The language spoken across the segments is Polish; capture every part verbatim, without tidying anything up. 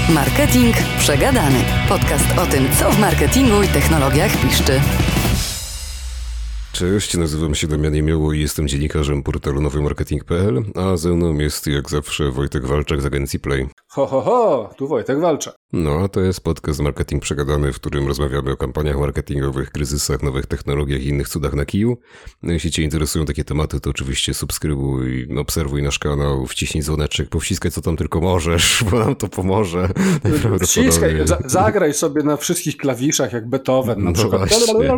Marketing Przegadany. Podcast o tym, co w marketingu i technologiach piszczy. Cześć, nazywam się Damian Jemioło i jestem dziennikarzem portalu nowy marketing kropka p l, a ze mną jest jak zawsze Wojtek Walczak z agencji Play. Ho, ho, ho, tu Wojtek Walczak. No, a to jest podcast Marketing Przegadany, w którym rozmawiamy o kampaniach marketingowych, kryzysach, nowych technologiach i innych cudach na kiju. No, jeśli Cię interesują takie tematy, to oczywiście subskrybuj, obserwuj nasz kanał, wciśnij dzwoneczek, powściskaj co tam tylko możesz, bo nam to pomoże. Wciskaj, za, zagraj sobie na wszystkich klawiszach jak Beethoven na no przykład.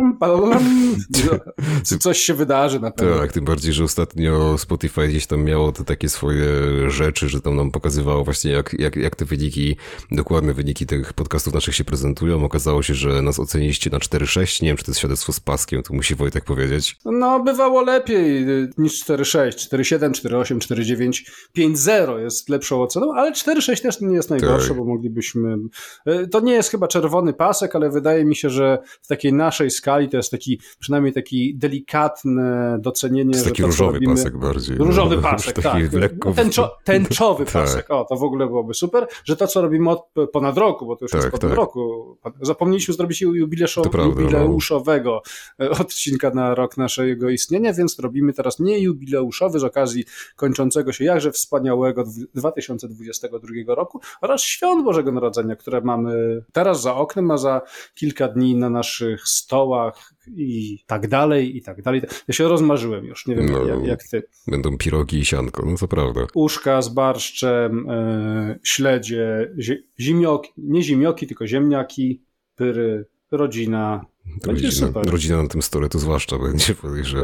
Coś się wydarzy na pewno. Tak, tym bardziej, że ostatnio Spotify gdzieś tam miało te takie swoje rzeczy, że tam nam pokazywało właśnie jak, jak, jak te wyniki, dokładne wyniki tych podcastów naszych się prezentują. Okazało się, że nas oceniliście na cztery sześć. Nie wiem, czy to jest świadectwo z paskiem, to musi Wojtek powiedzieć. No, bywało lepiej niż cztery sześć, cztery siedem, cztery osiem, cztery dziewięć, pięć zero jest lepszą oceną, ale cztery sześć też nie jest najgorsze, tak. Bo moglibyśmy... To nie jest chyba czerwony pasek, ale wydaje mi się, że w takiej naszej skali to jest taki, przynajmniej taki delikatne docenienie. To jest taki że to, różowy robimy... pasek bardziej. Różowy no, pasek, tak. Lekko... Tęczo, tęczowy tak. pasek, o, to w ogóle byłoby super, że to, co robimy od ponad roku, bo to już tak, jest ponad tak. roku, zapomnieliśmy zrobić jubileuszowego odcinka na rok naszego istnienia, więc robimy teraz nie jubileuszowy z okazji kończącego się jakże wspaniałego dwa tysiące dwudziestego drugiego roku oraz świąt Bożego Narodzenia, które mamy teraz za oknem, a za kilka dni na naszych stołach i tak dalej, i tak dalej. Ja się rozmarzyłem już, nie wiem no, jak, jak ty. Będą pirogi i sianko, no to prawda. Uszka z barszczem, yy, śledzie, zi- zimioki, nie zimioki, tylko ziemniaki, pyry, rodzina. Rodzina, rodzina na tym stole to zwłaszcza będzie, podejrzewam.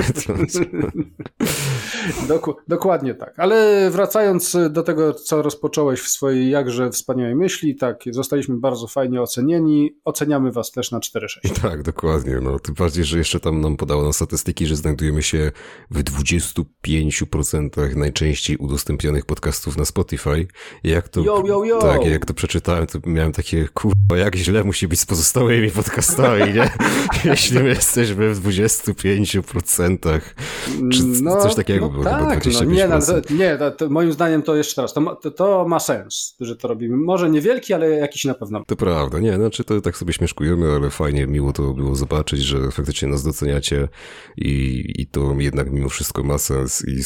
Dok- dokładnie tak. Ale wracając do tego, co rozpocząłeś w swojej jakże wspaniałej myśli, tak, zostaliśmy bardzo fajnie ocenieni. Oceniamy was też na cztery sześć. Tak, dokładnie. No, tym bardziej, że jeszcze tam nam podało na statystyki, że znajdujemy się w dwudziestu pięciu procentach najczęściej udostępnionych podcastów na Spotify. I jak to, yo, yo, yo. Tak, jak to przeczytałem, to miałem takie, kurwa, jak źle musi być z pozostałymi podcastami, nie? Jeśli my jesteśmy w dwudziestu pięciu procentach. Czy no, coś takiego no było? Tak, chyba dwadzieścia pięć procent. no, nie, nie to, to moim zdaniem to jeszcze raz, to, to, to ma sens, że to robimy. Może niewielki, ale jakiś na pewno. To prawda, nie, znaczy to tak sobie śmieszkujemy, ale fajnie, miło to było zobaczyć, że faktycznie nas doceniacie i, i to jednak mimo wszystko ma sens i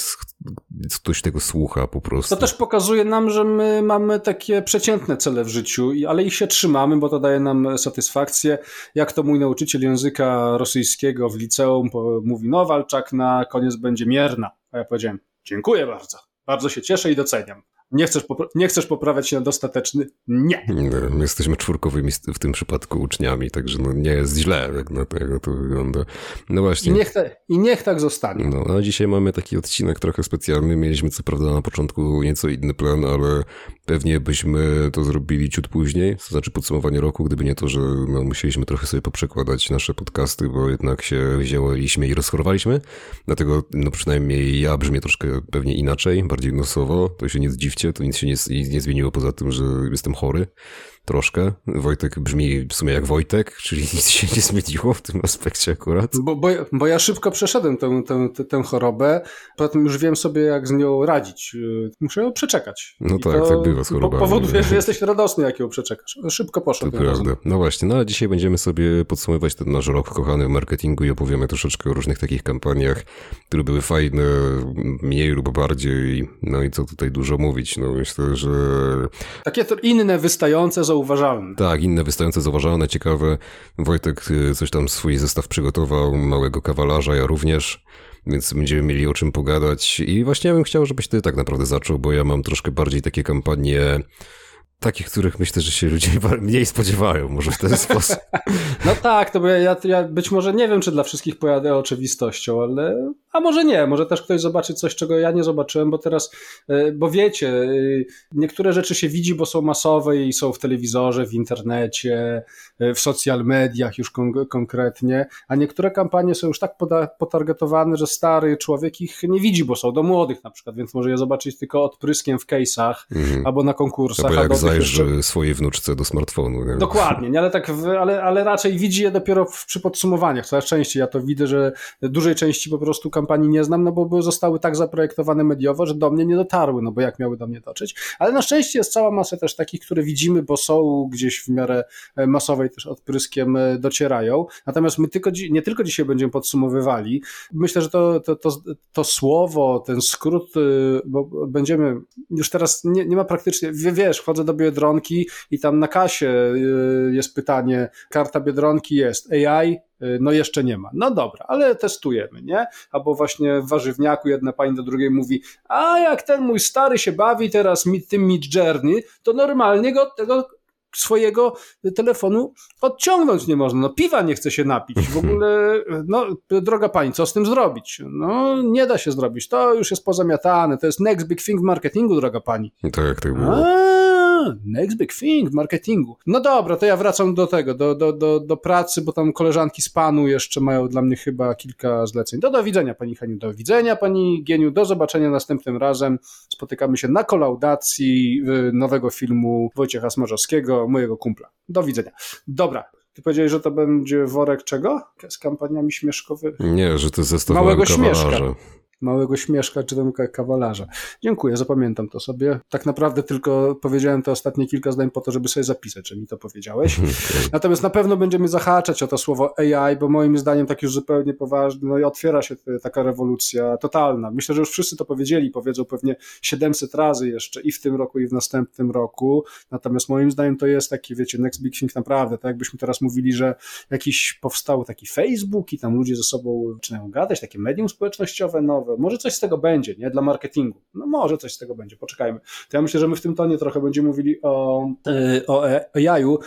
ktoś tego słucha po prostu. To też pokazuje nam, że my mamy takie przeciętne cele w życiu, ale ich się trzymamy, bo to daje nam satysfakcję. Jak to mój nauczyciel języka rosyjskiego w liceum mówi, no Walczak na koniec będzie mierna. A ja powiedziałem, dziękuję bardzo, bardzo się cieszę i doceniam. Nie chcesz, popra- nie chcesz poprawiać się na dostateczny? Nie. My jesteśmy czwórkowymi w tym przypadku uczniami, także no nie jest źle, jak na to, jak to wygląda. No właśnie. I niech, te, I niech tak zostanie. No, a dzisiaj mamy taki odcinek trochę specjalny. Mieliśmy co prawda na początku nieco inny plan, ale pewnie byśmy to zrobili ciut później, to znaczy podsumowanie roku, gdyby nie to, że no, musieliśmy trochę sobie poprzekładać nasze podcasty, bo jednak się wzięliśmy i rozchorowaliśmy. Dlatego no przynajmniej ja brzmię troszkę pewnie inaczej, bardziej nosowo. To się nie zdziwcie, to nic się nie, nie zmieniło poza tym, że jestem chory. Troszkę. Wojtek brzmi w sumie jak Wojtek, czyli nic się nie zmieniło w tym aspekcie akurat. Bo, bo, bo ja szybko przeszedłem tę, tę, tę, tę chorobę, potem już wiem sobie, jak z nią radzić. Muszę ją przeczekać. No I tak, tak bywa z chorobami. Powoduje, że jesteś radosny, jak ją przeczekasz. Szybko poszło. To prawda. Razem. No właśnie, no ale dzisiaj będziemy sobie podsumowywać ten nasz rok kochany w marketingu i opowiemy troszeczkę o różnych takich kampaniach, które były fajne, mniej lub bardziej. No i co tutaj dużo mówić. No myślę, że... Takie inne, wystające, zauważalne. Tak, inne wystające, zauważalne, ciekawe. Wojtek coś tam swój zestaw przygotował, małego kawalarza, ja również, więc będziemy mieli o czym pogadać. I właśnie ja bym chciał, żebyś ty tak naprawdę zaczął, bo ja mam troszkę bardziej takie kampanie... Takich, których myślę, że się ludzie mniej spodziewają, może w ten sposób. No tak, to bo ja, ja być może nie wiem, czy dla wszystkich pojadę oczywistością, ale a może nie, może też ktoś zobaczy coś, czego ja nie zobaczyłem, bo teraz, bo wiecie, niektóre rzeczy się widzi, bo są masowe i są w telewizorze, w internecie, w social mediach już kon- konkretnie, a niektóre kampanie są już tak poda- potargetowane, że stary człowiek ich nie widzi, bo są do młodych na przykład, więc może je zobaczyć tylko odpryskiem w case'ach mm. albo na konkursach. Albo jak zajrzy jeszcze... swojej wnuczce do smartfonu. Nie? Dokładnie, nie? Ale, tak w, ale, ale raczej widzi je dopiero w, przy podsumowaniach. Coraz częściej ja to widzę, że dużej części po prostu kampanii nie znam, no bo były, zostały tak zaprojektowane mediowo, że do mnie nie dotarły, no bo jak miały do mnie dotrzeć. Ale na szczęście jest cała masa też takich, które widzimy, bo są gdzieś w miarę masowej też odpryskiem docierają. Natomiast my tylko, nie tylko dzisiaj będziemy podsumowywali. Myślę, że to, to, to, to słowo, ten skrót, bo będziemy, już teraz nie, nie ma praktycznie, wiesz, wchodzę do Biedronki i tam na kasie jest pytanie, karta Biedronki jest, A I, no jeszcze nie ma. No dobra, ale testujemy, nie? Albo właśnie w warzywniaku jedna pani do drugiej mówi, a jak ten mój stary się bawi teraz tym Midjourney, to normalnie go tego swojego telefonu odciągnąć nie można. No piwa nie chce się napić. W ogóle, no droga pani, co z tym zrobić? No nie da się zrobić. To już jest pozamiatane. To jest next big thing w marketingu, droga pani. Tak, tak było. A, next big thing w marketingu. No dobra, to ja wracam do tego, do, do, do, do pracy, bo tam koleżanki z panu jeszcze mają dla mnie chyba kilka zleceń. Do, do widzenia pani Heniu, do widzenia pani Gieniu, do zobaczenia następnym razem. Spotykamy się na kolaudacji nowego filmu Wojciecha Smarzowskiego, mojego kumpla. Do widzenia. Dobra. Ty powiedziałeś, że to będzie worek czego? Z kampaniami śmieszkowymi? Nie, że to jest zestaw małego śmieszka. Małego śmieszka, czy tam kawalarza. Dziękuję, zapamiętam to sobie. Tak naprawdę tylko powiedziałem te ostatnie kilka zdań po to, żeby sobie zapisać, że mi to powiedziałeś. Natomiast na pewno będziemy zahaczać o to słowo A I, bo moim zdaniem tak już zupełnie poważnie, no i otwiera się taka rewolucja totalna. Myślę, że już wszyscy to powiedzieli, powiedzą pewnie siedemset razy jeszcze i w tym roku, i w następnym roku. Natomiast moim zdaniem to jest taki, wiecie, next big thing naprawdę. Tak jakbyśmy teraz mówili, że jakiś powstał taki Facebook i tam ludzie ze sobą zaczynają gadać, takie medium społecznościowe nowe. Może coś z tego będzie, nie? Dla marketingu. No może coś z tego będzie, poczekajmy. To ja myślę, że my w tym tonie trochę będziemy mówili o, o A I-u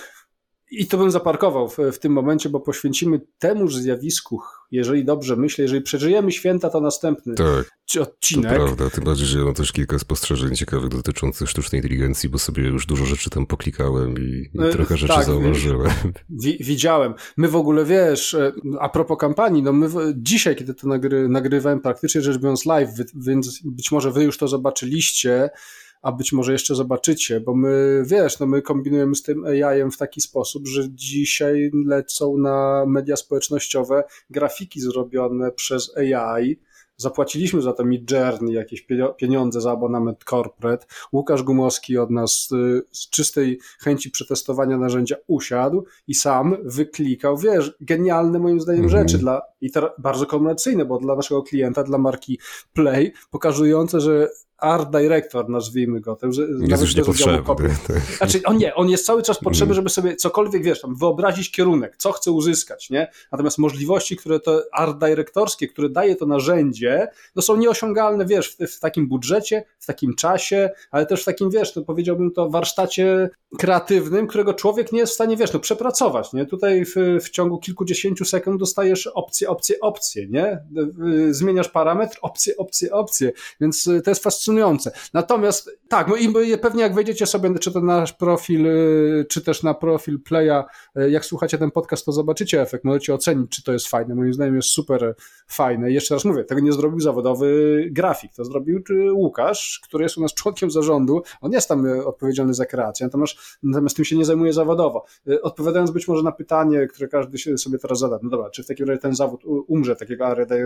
i to bym zaparkował w, w tym momencie, bo poświęcimy temuż zjawisku, jeżeli dobrze myślę, jeżeli przeżyjemy święta, to następny tak, odcinek. To prawda, tym bardziej, że ja mam też kilka spostrzeżeń ciekawych dotyczących sztucznej inteligencji, bo sobie już dużo rzeczy tam poklikałem i, i trochę rzeczy tak, zauważyłem. Wi- widziałem. My w ogóle, wiesz, a propos kampanii, no my w, dzisiaj, kiedy to nagry, nagrywałem praktycznie rzecz biorąc live, więc być może wy już to zobaczyliście, a być może jeszcze zobaczycie, bo my, wiesz, no my kombinujemy z tym A I-em w taki sposób, że dzisiaj lecą na media społecznościowe grafiki zrobione przez A I. Zapłaciliśmy za to Midjourney jakieś pieniądze za abonament corporate. Łukasz Gumowski od nas z czystej chęci przetestowania narzędzia usiadł i sam wyklikał, wiesz, genialne moim zdaniem mm-hmm. rzeczy dla, i to bardzo komercyjne, bo dla naszego klienta, dla marki Play, pokazujące, że art director, nazwijmy go, ten, że jest już niepotrzebny. Znaczy, on nie, on jest cały czas potrzebny, żeby sobie cokolwiek, wiesz, tam wyobrazić kierunek, co chce uzyskać, nie? Natomiast możliwości, które to art directorskie, które daje to narzędzie, no są nieosiągalne, wiesz, w, w takim budżecie, w takim czasie, ale też w takim, wiesz, no powiedziałbym to warsztacie kreatywnym, którego człowiek nie jest w stanie, wiesz, no przepracować, nie? Tutaj w, w ciągu kilkudziesięciu sekund dostajesz opcje, opcje, opcje, nie? Zmieniasz parametr, opcje, opcje, opcje, więc to jest fascynujące. Natomiast tak, no i pewnie jak wejdziecie sobie, czy to na nasz profil, czy też na profil Playa, jak słuchacie ten podcast, to zobaczycie efekt, możecie ocenić, czy to jest fajne. Moim zdaniem jest super fajne. I jeszcze raz mówię, tego nie zrobił zawodowy grafik, to zrobił Łukasz, który jest u nas członkiem zarządu. On jest tam odpowiedzialny za kreację, natomiast, natomiast tym się nie zajmuje zawodowo. Odpowiadając być może na pytanie, które każdy się sobie teraz zada, no dobra, czy w takim razie ten zawód umrze, takiego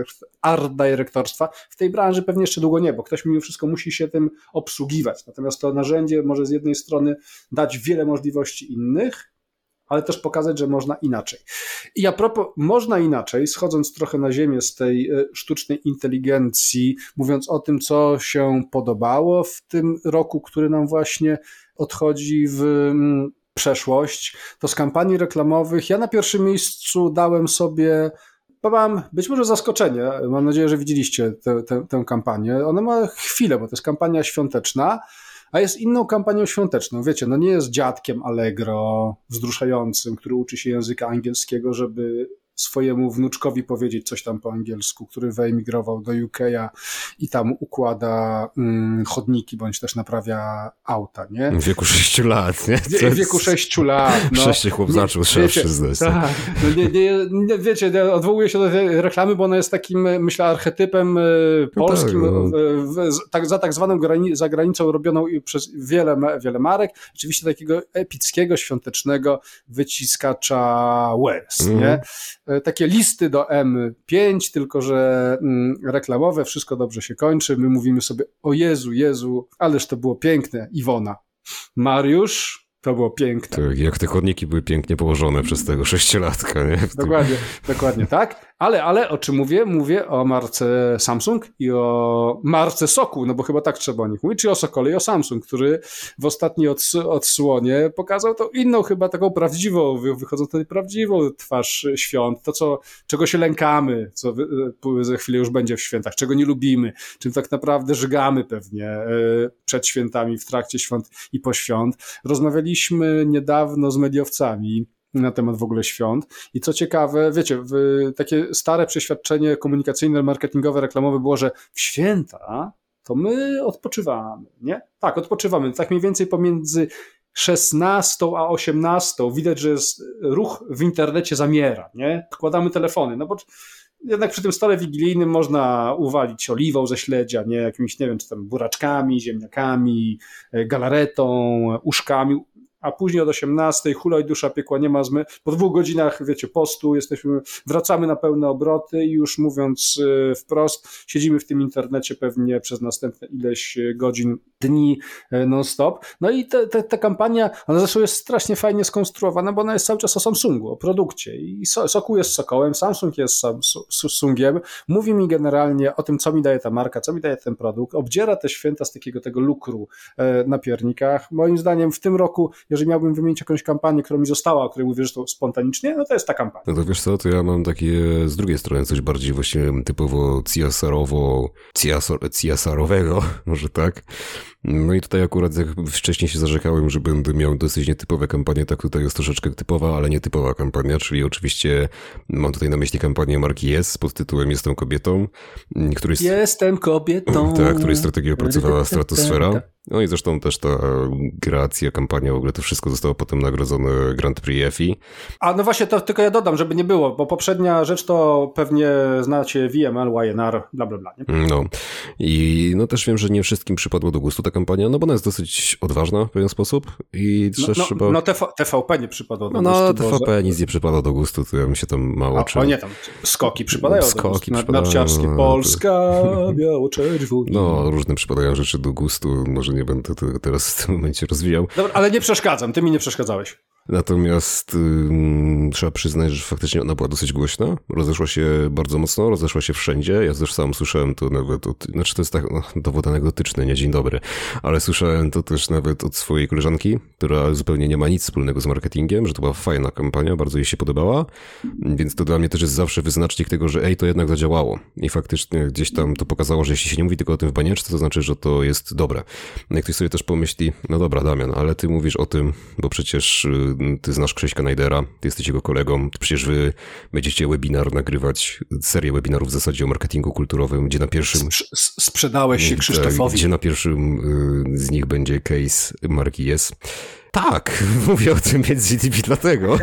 art dyrektorstwa? W tej branży pewnie jeszcze długo nie, bo ktoś mimo wszystko musi się tym obsługiwać. Natomiast to narzędzie może z jednej strony dać wiele możliwości innych, ale też pokazać, że można inaczej. I a propos, można inaczej, schodząc trochę na ziemię z tej sztucznej inteligencji, mówiąc o tym, co się podobało w tym roku, który nam właśnie odchodzi w przeszłość, to z kampanii reklamowych ja na pierwszym miejscu dałem sobie Mam być może zaskoczenie, mam nadzieję, że widzieliście tę, tę, tę kampanię. Ona ma chwilę, bo to jest kampania świąteczna, a jest inną kampanią świąteczną. Wiecie, no nie jest dziadkiem Allegro wzruszającym, który uczy się języka angielskiego, żeby swojemu wnuczkowi powiedzieć coś tam po angielsku, który wyemigrował do U K a i tam układa mm, chodniki, bądź też naprawia auta, nie? W wieku sześciu lat, nie? W, w wieku sześciu lat, no. Sześciu chłop zaczął, trzeba przyznać. Tak, no nie, nie, nie, wiecie, odwołuję się do tej reklamy, bo ona jest takim, myślę, archetypem polskim, no tak, no. w, w, tak, za tak zwaną grani, za granicą robioną przez wiele, wiele marek, oczywiście takiego epickiego, świątecznego wyciskacza łez, mm. nie? Takie listy do M pięć, tylko że mm, reklamowe, wszystko dobrze się kończy, my mówimy sobie, o Jezu, Jezu, ależ to było piękne, Iwona. Mariusz, to było piękne. Tak, jak te chodniki były pięknie położone przez tego sześciolatka, nie? Dokładnie, dokładnie tak. Ale, ale o czym mówię? Mówię o marce Samsung i o marce Soku, no bo chyba tak trzeba o nich mówić, czy o Sokole i o Samsung, który w ostatniej ods- odsłonie pokazał to inną chyba taką prawdziwą, wychodząc na prawdziwą twarz świąt, to co, czego się lękamy, co za chwilę już będzie w świętach, czego nie lubimy, czym tak naprawdę żygamy pewnie przed świętami, w trakcie świąt i po świąt. Rozmawialiśmy niedawno z mediowcami na temat w ogóle świąt. I co ciekawe, wiecie, w, takie stare przeświadczenie komunikacyjne, marketingowe, reklamowe było, że w święta to my odpoczywamy, nie? Tak, odpoczywamy. Tak mniej więcej pomiędzy szesnastą a osiemnastą widać, że jest ruch w internecie zamiera, nie? Wkładamy telefony, no bo jednak przy tym stole wigilijnym można uwalić oliwą ze śledzia, nie? Jakimiś, nie wiem, czy tam buraczkami, ziemniakami, galaretą, uszkami, a później od osiemnastej hulaj dusza piekła nie ma zmy. Po dwóch godzinach, wiecie, postu jesteśmy, wracamy na pełne obroty i już mówiąc wprost, siedzimy w tym internecie pewnie przez następne ileś godzin, dni non-stop. No i te, te, ta kampania, ona zresztą jest strasznie fajnie skonstruowana, bo ona jest cały czas o Samsungu, o produkcie. I Sokół jest Sokołem, Samsung jest Samsungiem. Mówi mi generalnie o tym, co mi daje ta marka, co mi daje ten produkt. Obdziera te święta z takiego tego lukru na piernikach. Moim zdaniem w tym roku, jeżeli miałbym wymienić jakąś kampanię, która mi została, o której mówię, że to spontanicznie, no to jest ta kampania. No to wiesz co, to ja mam takie z drugiej strony coś bardziej właśnie typowo C S R-owego, może tak. No i tutaj akurat jak wcześniej się zarzekałem, że będę miał dosyć nietypowe kampanie, tak tutaj jest troszeczkę typowa, ale nietypowa kampania, czyli oczywiście mam tutaj na myśli kampanię marki Yes pod tytułem Jestem kobietą. Której... Jestem kobietą. Tak, której strategię opracowała Stratosfera. No i zresztą też ta kreacja, kampania, w ogóle to wszystko zostało potem nagrodzone Grand Prix F I. A no właśnie, to tylko ja dodam, żeby nie było, bo poprzednia rzecz to pewnie znacie V M L, Y N R, bla bla bla. Nie? No i no też wiem, że nie wszystkim przypadło do gustu ta kampania, no bo ona jest dosyć odważna w pewien sposób i no, też no, trzeba... No T V P nie przypadło do no, gustu. No T V P nic nie przypadło do gustu, to ja bym się tam mało A, czym... O nie, tam skoki przypadają skoki do gustu. przypadają, Narciarskie, no, Polska, biało-czerwona. No, różne przypadają rzeczy do gustu, może nie będę tego teraz w tym momencie rozwijał. Dobra, ale nie przeszkadzam, ty mi nie przeszkadzałeś. Natomiast ym, trzeba przyznać, że faktycznie ona była dosyć głośna, rozeszła się bardzo mocno, rozeszła się wszędzie, ja też sam słyszałem to nawet od, znaczy to jest tak, no, dowód anegdotyczny, nie, dzień dobry, ale słyszałem to też nawet od swojej koleżanki, która zupełnie nie ma nic wspólnego z marketingiem, że to była fajna kampania, bardzo jej się podobała, więc to dla mnie też jest zawsze wyznacznik tego, że ej, to jednak zadziałało i faktycznie gdzieś tam to pokazało, że jeśli się nie mówi tylko o tym w banieczce, to znaczy, że to jest dobre. No i ktoś sobie też pomyśli, no dobra Damian, ale ty mówisz o tym, bo przecież ty znasz Krzyśka Najdera, ty jesteś jego kolegą, przecież wy będziecie webinar nagrywać, serię webinarów w zasadzie o marketingu kulturowym, gdzie na pierwszym... Sprz- sprzedałeś się Krzysztofowi. Gdzie na pierwszym z nich będzie case marki Yes. Tak, mówię o tym między innymi dlatego.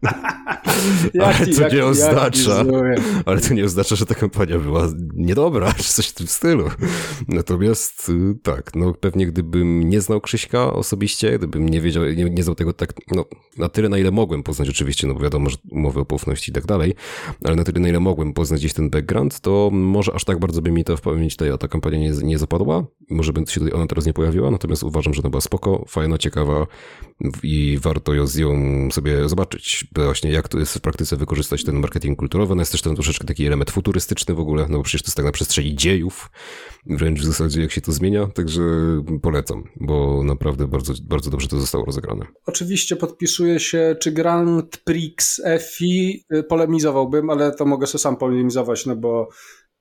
ale to jak, nie oznacza, ale to nie oznacza, że ta kampania była niedobra, czy coś w tym stylu. Natomiast tak, no pewnie gdybym nie znał Krzyśka osobiście, gdybym nie wiedział, nie, nie znał tego tak, no na tyle, na ile mogłem poznać oczywiście, no bo wiadomo, że umowy o poufności i tak dalej, ale na tyle, na ile mogłem poznać gdzieś ten background, to może aż tak bardzo by mi to w pamięć ta, ta kampania nie, nie zapadła, może by się tutaj ona teraz nie pojawiła, natomiast uważam, że ona była spoko, fajna, ciekawa i warto ją, ją sobie zobaczyć, właśnie jak to jest w praktyce wykorzystać ten marketing kulturowy. No jest też ten troszeczkę taki element futurystyczny w ogóle, no bo przecież to jest tak na przestrzeni dziejów, wręcz w zasadzie jak się to zmienia, także polecam, bo naprawdę bardzo, bardzo dobrze to zostało rozegrane. Oczywiście podpisuję się, czy Grand Prix F I polemizowałbym, ale to mogę sobie sam polemizować, no bo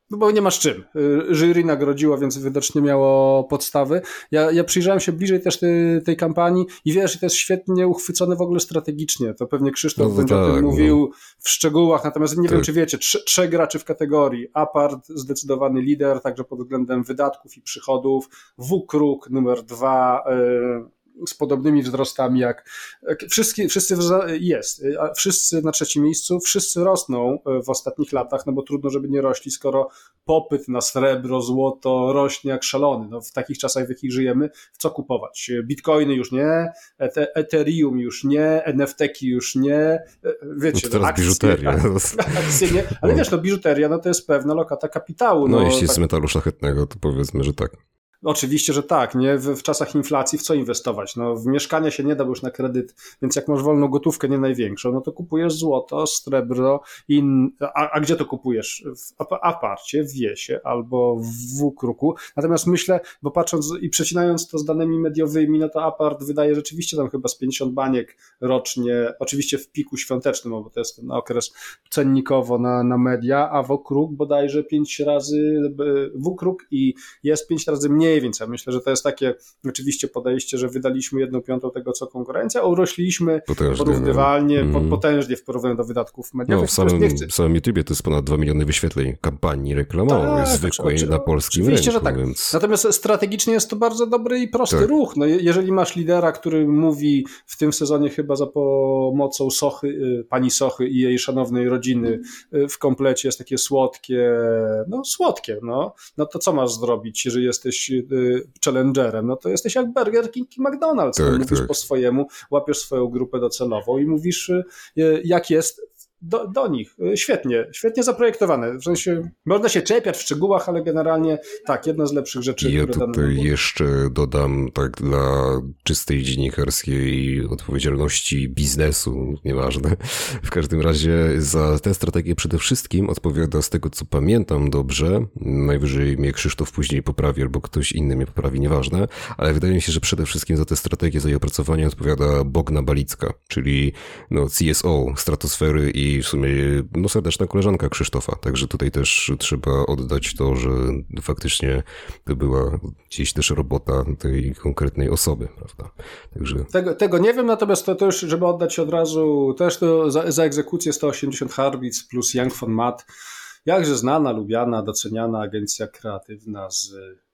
No bo nie masz czym. Jury nagrodziło, więc widocznie miało podstawy. Ja, ja przyjrzałem się bliżej też tej, tej kampanii i wiesz, to jest świetnie uchwycone w ogóle strategicznie. To pewnie Krzysztof no będzie tak, o tym mówił no. w szczegółach, natomiast nie tak. wiem, czy wiecie, trz, trzech graczy w kategorii. Apart, zdecydowany lider, także pod względem wydatków i przychodów. W-Kruk numer dwa, yy, z podobnymi wzrostami jak wszyscy, wszyscy jest, wszyscy na trzecim miejscu, wszyscy rosną w ostatnich latach, no bo trudno, żeby nie rośli, skoro popyt na srebro, złoto rośnie jak szalony. No w takich czasach, w jakich żyjemy, w co kupować? Bitcoiny już nie, Ethereum już nie, N F T-ki już nie, wiecie, no to teraz akcje, biżuteria. Akcje nie, ale wiesz, no biżuteria no to jest pewna lokata kapitału. No, no jeśli tak... jest z metalu szlachetnego, to powiedzmy, że tak. Oczywiście, że tak, nie? W, w czasach inflacji w co inwestować? No, w mieszkanie się nie da, bo już na kredyt, więc jak masz wolną gotówkę, nie największą, no to kupujesz złoto, srebro, in, a, a gdzie to kupujesz? W Aparcie, w Wiesie albo w W-Kruku. Natomiast myślę, bo patrząc i przecinając to z danymi mediowymi, no to Apart wydaje rzeczywiście tam chyba z pięćdziesiąt baniek rocznie, oczywiście w piku świątecznym, bo to jest ten okres cennikowo na, na media, a W-Kruk bodajże pięć razy, W-Kruk i jest pięć razy mniej. Więc ja myślę, że to jest takie oczywiście podejście, że wydaliśmy jedną piątą tego, co konkurencja, a urośliśmy potężnie, porównywalnie, no. mm. potężnie w porównaniu do wydatków mediowych. No, w samym, w samym YouTubie to jest ponad dwa miliony wyświetleń kampanii reklamowej, tak, zwykłej na polskim oczywiście, rynku. Że tak. Więc... Natomiast strategicznie jest to bardzo dobry i prosty tak. ruch. No, jeżeli masz lidera, który mówi w tym sezonie chyba za pomocą Sochy, pani Sochy i jej szanownej rodziny w komplecie jest takie słodkie, no słodkie, no, no to co masz zrobić, jeżeli jesteś challengerem, no to jesteś jak Burger King i McDonald's. Tak, no, mówisz tak. po swojemu, łapiesz swoją grupę docelową i mówisz, jak jest do, do nich. Świetnie, świetnie zaprojektowane. W sensie można się czepiać w szczegółach, ale generalnie tak, jedna z lepszych rzeczy. Ja które tutaj jeszcze dodam tak dla czystej dziennikarskiej odpowiedzialności biznesu, nieważne. W każdym razie za tę strategię przede wszystkim odpowiada, z tego co pamiętam dobrze, najwyżej mnie Krzysztof później poprawi albo ktoś inny mnie poprawi, nieważne, ale wydaje mi się, że przede wszystkim za tę strategię, za jej opracowanie odpowiada Bogna Balicka, czyli no C S O Stratosfery i i w sumie no, serdeczna koleżanka Krzysztofa, także tutaj też trzeba oddać to, że faktycznie to była gdzieś też robota tej konkretnej osoby, prawda? Także... Tego, tego nie wiem, natomiast to, to już, żeby oddać od razu, też to za, za egzekucję sto osiemdziesiąt Harbic plus Young von Matt, jakże znana, lubiana, doceniana agencja kreatywna z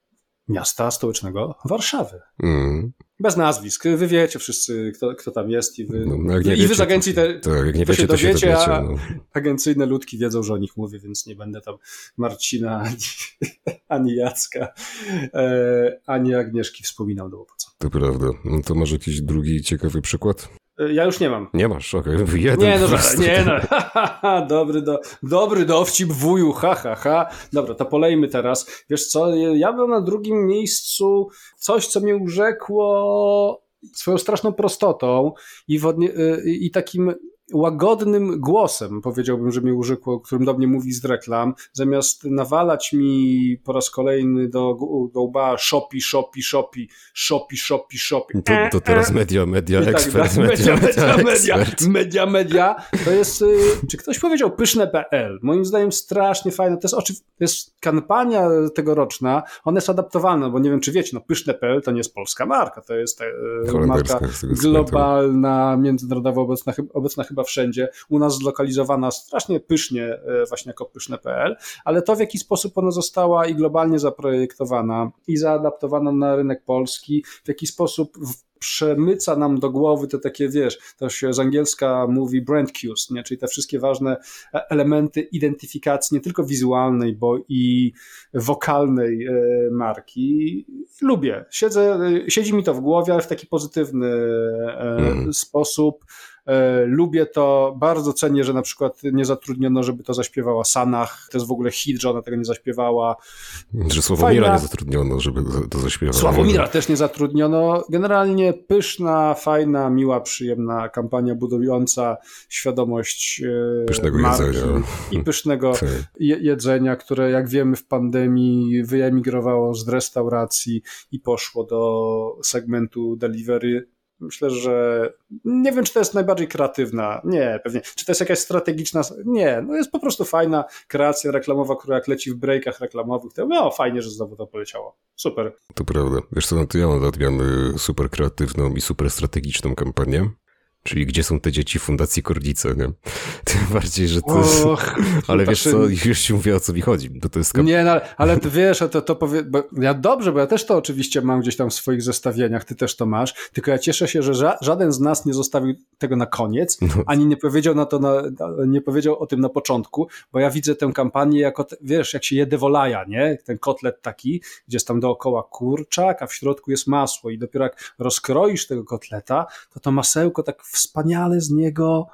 miasta stołecznego Warszawy. Mm. Bez nazwisk. Wy wiecie wszyscy, kto, kto tam jest i wy, no, i wiecie, wy z agencji te, tak, jak nie wiecie, się dowiecie, to się dowiecie, a no. agencyjne ludki wiedzą, że o nich mówię, więc nie będę tam Marcina ani, ani Jacka, e, ani Agnieszki wspominał, no bo po co. To prawda. No to może jakiś drugi ciekawy przykład? Ja już nie mam. Nie masz, okej. Okay. Jeden nie, no, nie, no. Ha, ha, ha. Dobry, do, dobry dowcip wuju, ha, ha, ha. Dobra, to polejmy teraz. Wiesz co, ja byłem na drugim miejscu, coś, co mnie urzekło swoją straszną prostotą i, wodnie, i takim łagodnym głosem, powiedziałbym, że mnie urzekło, którym do mnie mówi z reklam, zamiast nawalać mi po raz kolejny do, do łba shopi, shopi, shopi, shopi, shopi, shopi. To, to teraz media, media, tak, ekspert, tak, media, media, media, media, media, media. To jest, czy ktoś powiedział pyszne kropka pe el? Moim zdaniem strasznie fajne. To jest, oczy, to jest kampania tegoroczna, ona jest adaptowana, bo nie wiem, czy wiecie, no pyszne kropka pe el to nie jest polska marka, to jest marka globalna, międzynarodowa, obecna, obecna chyba wszędzie, u nas zlokalizowana strasznie pysznie właśnie jako pyszne kropka pe el, ale to w jaki sposób ona została i globalnie zaprojektowana i zaadaptowana na rynek polski, w jaki sposób przemyca nam do głowy te takie, wiesz, to się z angielska mówi brand cues, nie? Czyli te wszystkie ważne elementy identyfikacji, nie tylko wizualnej, bo i wokalnej marki. Lubię. Siedzę, siedzi mi to w głowie, ale w taki pozytywny mm. sposób. Lubię to, bardzo cenię, że na przykład nie zatrudniono, żeby to zaśpiewała Sanach, to jest w ogóle hit, że ona tego nie zaśpiewała. Że Sławomira fajna... nie zatrudniono, żeby to zaśpiewała. Sławomira też nie zatrudniono. Generalnie pyszna, fajna, miła, przyjemna kampania budująca świadomość pysznego marki jedzenia. I pysznego je- jedzenia, które jak wiemy w pandemii wyemigrowało z restauracji i poszło do segmentu delivery Myślę, że nie wiem, czy to jest najbardziej kreatywna. Nie, pewnie. Czy to jest jakaś strategiczna? Nie, no jest po prostu fajna kreacja reklamowa, która jak leci w breakach reklamowych, to no fajnie, że znowu to poleciało. Super. To prawda. Wiesz co, no to ja mam dla odmiany super kreatywną i super strategiczną kampanię. Czyli gdzie są te dzieci Fundacji Kordice, nie? Tym bardziej, że to jest... Och, ale wiesz co, już ci mówię, o co mi chodzi. Bo to jest kap... Nie, no, ale ty wiesz, to, to powie... bo ja dobrze, bo ja też to oczywiście mam gdzieś tam w swoich zestawieniach, ty też to masz, tylko ja cieszę się, że ża żaden z nas nie zostawił tego na koniec, no. ani nie powiedział na to, na, nie powiedział o tym na początku, bo ja widzę tę kampanię jako, wiesz, jak się je wolaja, nie? Ten kotlet taki, gdzie jest tam dookoła kurczak, a w środku jest masło i dopiero jak rozkroisz tego kotleta, to to masełko tak wspaniale z niego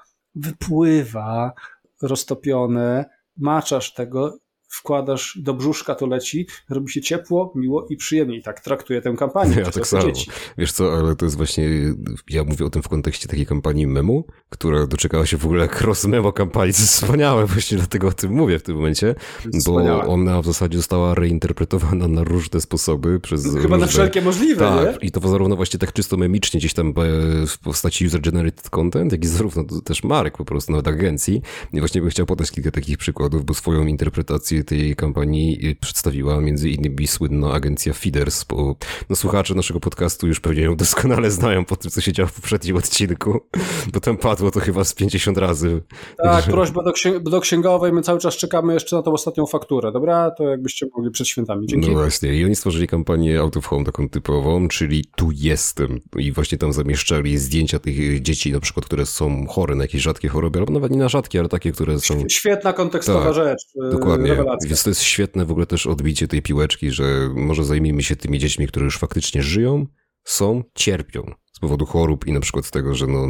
wypływa, roztopione, maczasz tego, wkładasz do brzuszka, to leci, robi się ciepło, miło i przyjemnie. I tak traktuję tę kampanię. Ja tak samo. Dzieci. Wiesz co, ale to jest właśnie, ja mówię o tym w kontekście takiej kampanii memu, która doczekała się w ogóle cross-memo kampanii, co jest wspaniałe, właśnie dlatego o tym mówię w tym momencie, bo wspaniałe. Ona w zasadzie została reinterpretowana na różne sposoby przez Chyba różne... na wszelkie możliwe, tak, nie? I to zarówno właśnie tak czysto memicznie gdzieś tam w postaci user-generated content, jak i zarówno też marek po prostu, nawet agencji. I właśnie bym chciał podać kilka takich przykładów, bo swoją interpretację tej kampanii przedstawiła między innymi słynna agencja Feeders, bo no, słuchacze naszego podcastu już pewnie ją doskonale znają po tym, co się działo w poprzednim odcinku, bo tam padło to chyba z pięćdziesiąt razy. Tak, że... prośba do, księg do księgowej, my cały czas czekamy jeszcze na tą ostatnią fakturę, dobra? To jakbyście mogli przed świętami. Dzięki. No właśnie, i oni stworzyli kampanię Out of Home taką typową, czyli tu jestem, i właśnie tam zamieszczali zdjęcia tych dzieci, na przykład, które są chore na jakieś rzadkie choroby, albo nawet nie na rzadkie, ale takie, które są... Świetna kontekstowa tak, rzecz. Dokładnie. Więc to jest świetne w ogóle też odbicie tej piłeczki, że może zajmijmy się tymi dziećmi, które już faktycznie żyją, są, cierpią z powodu chorób i na przykład z tego, że no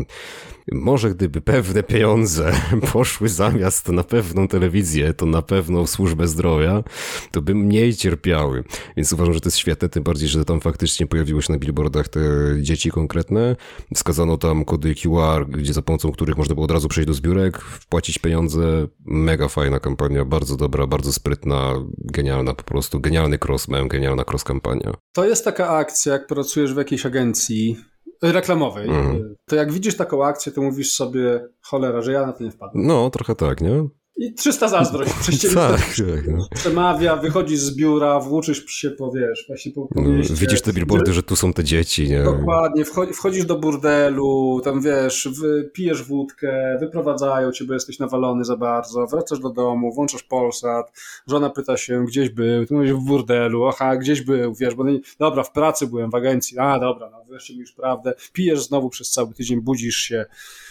może gdyby pewne pieniądze poszły zamiast na pewną telewizję, to na pewną służbę zdrowia, to by mniej cierpiały. Więc uważam, że to jest świetne, tym bardziej, że tam faktycznie pojawiły się na billboardach te dzieci konkretne. Wskazano tam kody Q R, gdzie za pomocą których można było od razu przejść do zbiórek, wpłacić pieniądze. Mega fajna kampania, bardzo dobra, bardzo sprytna, genialna po prostu. Genialny cross, miałem genialna cross kampania. To jest taka akcja, jak pracujesz w jakiejś agencji reklamowej, mm. to jak widzisz taką akcję, to mówisz sobie, cholera, że ja na to nie wpadłem. No, trochę tak, nie? I trzysta zazdrość przez ciebie tak, tak, no. przemawia, wychodzisz z biura, włóczysz się po, wiesz, właśnie po, po mieście. No, widzisz te billboardy, że tu są te dzieci, nie? Dokładnie, wchodzisz do burdelu, tam wiesz, pijesz wódkę, wyprowadzają cię, bo jesteś nawalony za bardzo, wracasz do domu, włączasz Polsat, żona pyta się, gdzieś był, ty mówisz w burdelu, aha, gdzieś był, wiesz, bo nie, dobra, w pracy byłem, w agencji, a dobra, no wreszcie mówisz prawdę, pijesz znowu przez cały tydzień, budzisz się,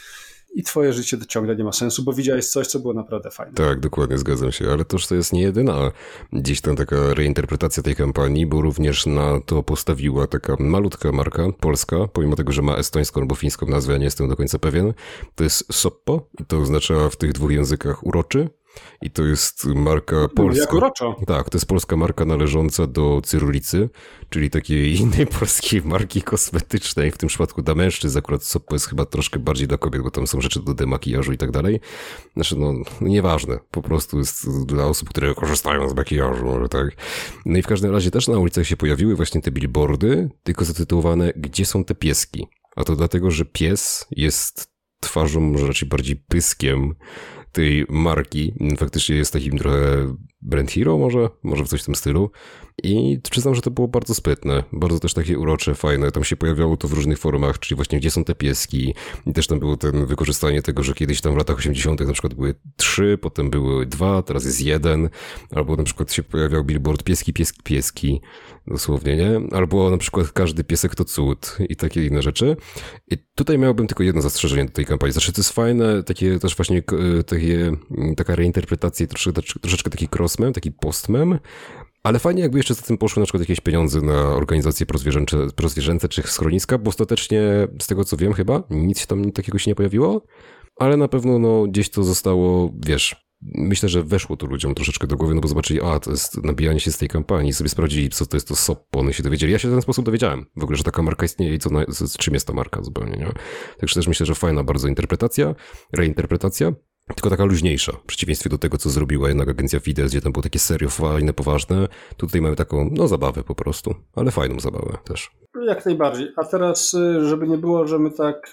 i twoje życie ciągle nie ma sensu, bo widziałeś coś, co było naprawdę fajne. Tak, dokładnie, zgadzam się, ale toż to jest nie jedyna gdzieś tam taka reinterpretacja tej kampanii, bo również na to postawiła taka malutka marka polska, pomimo tego, że ma estońską albo fińską nazwę, ja nie jestem do końca pewien. To jest Soppo i to oznacza w tych dwóch językach uroczy. I to jest marka polska. Jak uroczo. Tak, to jest polska marka należąca do Cyrulicy, czyli takiej innej polskiej marki kosmetycznej, w tym przypadku dla mężczyzn, akurat Soppo jest chyba troszkę bardziej dla kobiet, bo tam są rzeczy do demakijażu i tak dalej. Znaczy, no, nieważne, po prostu jest dla osób, które korzystają z makijażu, może tak. No i w każdym razie też na ulicach się pojawiły właśnie te billboardy, tylko zatytułowane Gdzie są te pieski? A to dlatego, że pies jest twarzą, może raczej bardziej pyskiem tej marki. Faktycznie jest takim trochę brand hero może, może w coś w tym stylu. I przyznam, że to było bardzo sprytne, bardzo też takie urocze, fajne. Tam się pojawiało to w różnych formach, czyli właśnie Gdzie są te pieski. I też tam było ten wykorzystanie tego, że kiedyś tam w latach osiemdziesiątych na przykład były trzy, potem były dwa, teraz jest jeden. Albo na przykład się pojawiał billboard pieski, pieski, pieski. Dosłownie, nie? Albo na przykład każdy piesek to cud i takie inne rzeczy. I tutaj miałbym tylko jedno zastrzeżenie do tej kampanii. Znaczy to jest fajne, takie też właśnie takie, taka reinterpretacja, troszeczkę, troszeczkę taki crossmem, taki postmem. Ale fajnie jakby jeszcze za tym poszły na przykład jakieś pieniądze na organizacje prozwierzęce, prozwierzęce czy schroniska, bo ostatecznie z tego co wiem chyba nic tam takiego się nie pojawiło, ale na pewno no gdzieś to zostało, wiesz, myślę, że weszło to ludziom troszeczkę do głowy, no bo zobaczyli, a to jest nabijanie się z tej kampanii, sobie sprawdzili, co to jest to Soppo, one się dowiedzieli. Ja się w ten sposób dowiedziałem w ogóle, że taka marka istnieje i co na, z czym jest ta marka zupełnie, nie? Także też myślę, że fajna bardzo interpretacja, reinterpretacja. tylko taka luźniejsza, w przeciwieństwie do tego, co zrobiła jednak agencja Fides, gdzie tam było takie serio fajne, poważne. Tutaj mamy taką, no zabawę po prostu, ale fajną zabawę też. Jak najbardziej. A teraz, żeby nie było, że my tak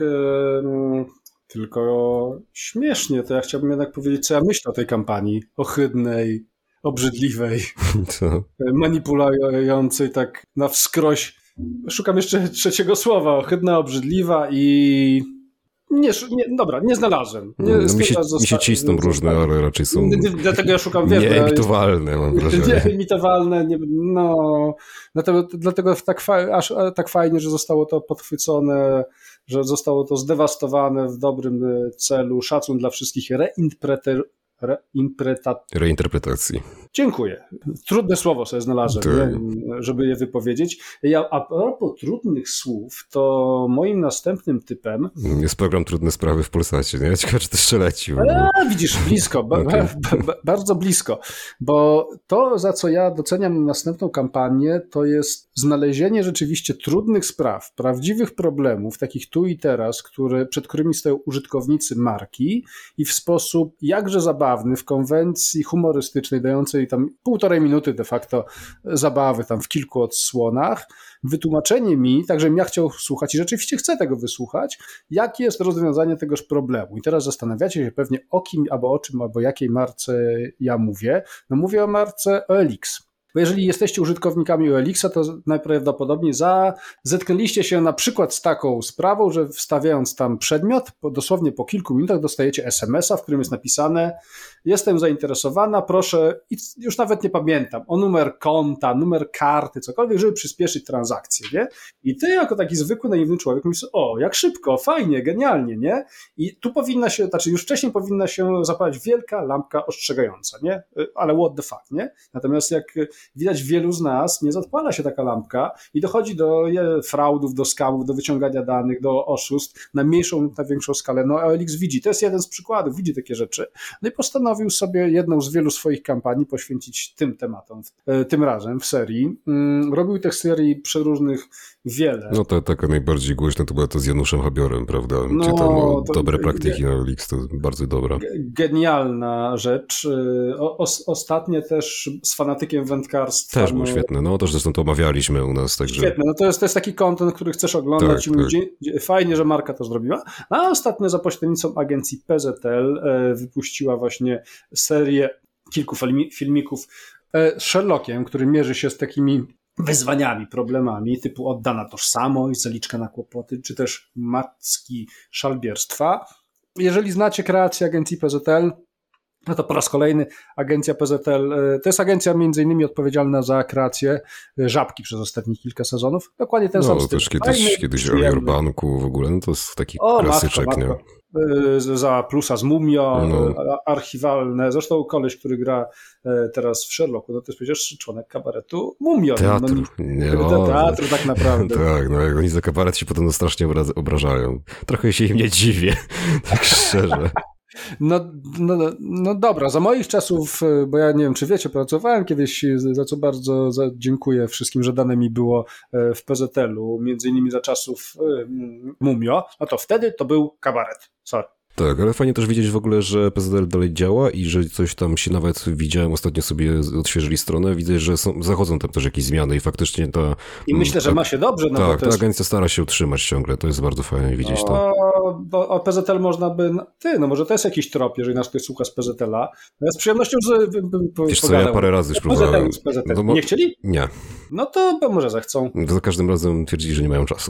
e, tylko śmiesznie, to ja chciałbym jednak powiedzieć, co ja myślę o tej kampanii ohydnej, obrzydliwej, co? manipulującej tak na wskroś. Szukam jeszcze trzeciego słowa. Ohydna, obrzydliwa i... Nie, nie, dobra, nie znalazłem. Nie, no, mi, się, zosta- mi się cisną różne, ale raczej są dlatego ja szukam, wiesz, nieimitowalne, mam wrażenie. Nieimitowalne, nie, no. Dlatego, dlatego tak, fa- aż tak fajnie, że zostało to podchwycone, że zostało to zdewastowane w dobrym celu. Szacun dla wszystkich reinterpreter- Reinterpreta- Reinterpretacji. Dziękuję. Trudne słowo sobie znalazłem, nie? Żeby je wypowiedzieć. Ja, a propos trudnych słów, to moim następnym typem... Jest program Trudne Sprawy w Polsacie, nie? Ciekawe, czy to jeszcze leci. A, widzisz, blisko, ba, okay. ba, ba, bardzo blisko, bo to, za co ja doceniam następną kampanię, to jest znalezienie rzeczywiście trudnych spraw, prawdziwych problemów, takich tu i teraz, które, przed którymi stoją użytkownicy marki i w sposób jakże zabawny, w konwencji humorystycznej, dającej tam półtorej minuty de facto zabawy tam w kilku odsłonach, wytłumaczenie mi, tak żebym ja chciał słuchać i rzeczywiście chcę tego wysłuchać, jakie jest rozwiązanie tegoż problemu. I teraz zastanawiacie się pewnie o kim, albo o czym, albo jakiej marce ja mówię. No mówię o marce O L X. Bo jeżeli jesteście użytkownikami O L X-a, to najprawdopodobniej za, zetknęliście się na przykład z taką sprawą, że wstawiając tam przedmiot, po, dosłownie po kilku minutach dostajecie es em es a, w którym jest napisane: jestem zainteresowana, proszę, i już nawet nie pamiętam, o numer konta, numer karty, cokolwiek, żeby przyspieszyć transakcję, nie? I ty jako taki zwykły, naiwny człowiek myślisz: o, jak szybko, fajnie, genialnie, nie? I tu powinna się, znaczy już wcześniej powinna się zapalać wielka lampka ostrzegająca, nie? Ale what the fuck, nie? Natomiast jak widać, wielu z nas nie zapala się taka lampka i dochodzi do fraudów, do skamów, do wyciągania danych, do oszustw na mniejszą lub na większą skalę. No O L X widzi, to jest jeden z przykładów, widzi takie rzeczy. No i postanowił sobie jedną z wielu swoich kampanii poświęcić tym tematom, tym razem w serii. Robił tych serii przeróżnych wiele. No ta taka najbardziej głośna to była to z Januszem Habiorem, prawda? No, gdzie tam o, dobre praktyki na O L X, to bardzo dobra. Genialna rzecz. O, o, ostatnie też z fanatykiem wędkarstwa. Też było świetne, no też zresztą to omawialiśmy u nas. Także... Świetne, no to jest, to jest taki content, który chcesz oglądać tak, i mówić, tak. Fajnie, że marka to zrobiła. A ostatnio za pośrednictwem agencji P Z L e, wypuściła właśnie serię kilku filmików e, z Sherlockiem, który mierzy się z takimi wyzwaniami, problemami typu oddana tożsamość, zaliczka na kłopoty, czy też macki szalbierstwa. Jeżeli znacie kreację agencji P Z L, no to po raz kolejny agencja P Z L, to jest agencja między innymi odpowiedzialna za kreację Żabki przez ostatnich kilka sezonów. Dokładnie ten no, sam styl. No też kiedyś, Fajny, kiedyś o Banku w ogóle, no to jest taki o, klasyczek, matko, matko. nie? Za plusa z Mumio, no. archiwalne. Zresztą koleś, który gra teraz w Sherlocku, no to jest przecież członek kabaretu Mumio. Teatru. No, nie, no, teatru tak naprawdę. tak, no jak oni za kabaret się potem strasznie obrażają. Trochę się im nie dziwię, tak szczerze. No, no, no dobra, za moich czasów, bo ja nie wiem, czy wiecie, pracowałem kiedyś, za co bardzo za, dziękuję wszystkim, że dane mi było w P Z L-u, między innymi za czasów Mumio, no to wtedy to był kabaret, sorry. Tak, ale fajnie też widzieć w ogóle, że P Z L dalej działa i że coś tam się nawet widziałem, ostatnio sobie odświeżyli stronę, widzę, że są, zachodzą tam też jakieś zmiany i faktycznie ta... I myślę, że ta, ma się dobrze. No tak, bo ta jest... agencja stara się utrzymać ciągle, to jest bardzo fajnie widzieć o, to. Bo o P Z L można by... Ty, no może to jest jakiś trop, jeżeli nas ktoś słucha z P Z L-a. Ja z przyjemnością z, Wiesz co, ja parę razy już próbowałem. Z P Z L. No, nie chcieli? Nie. No to może zechcą. Za każdym razem twierdzili, że nie mają czasu.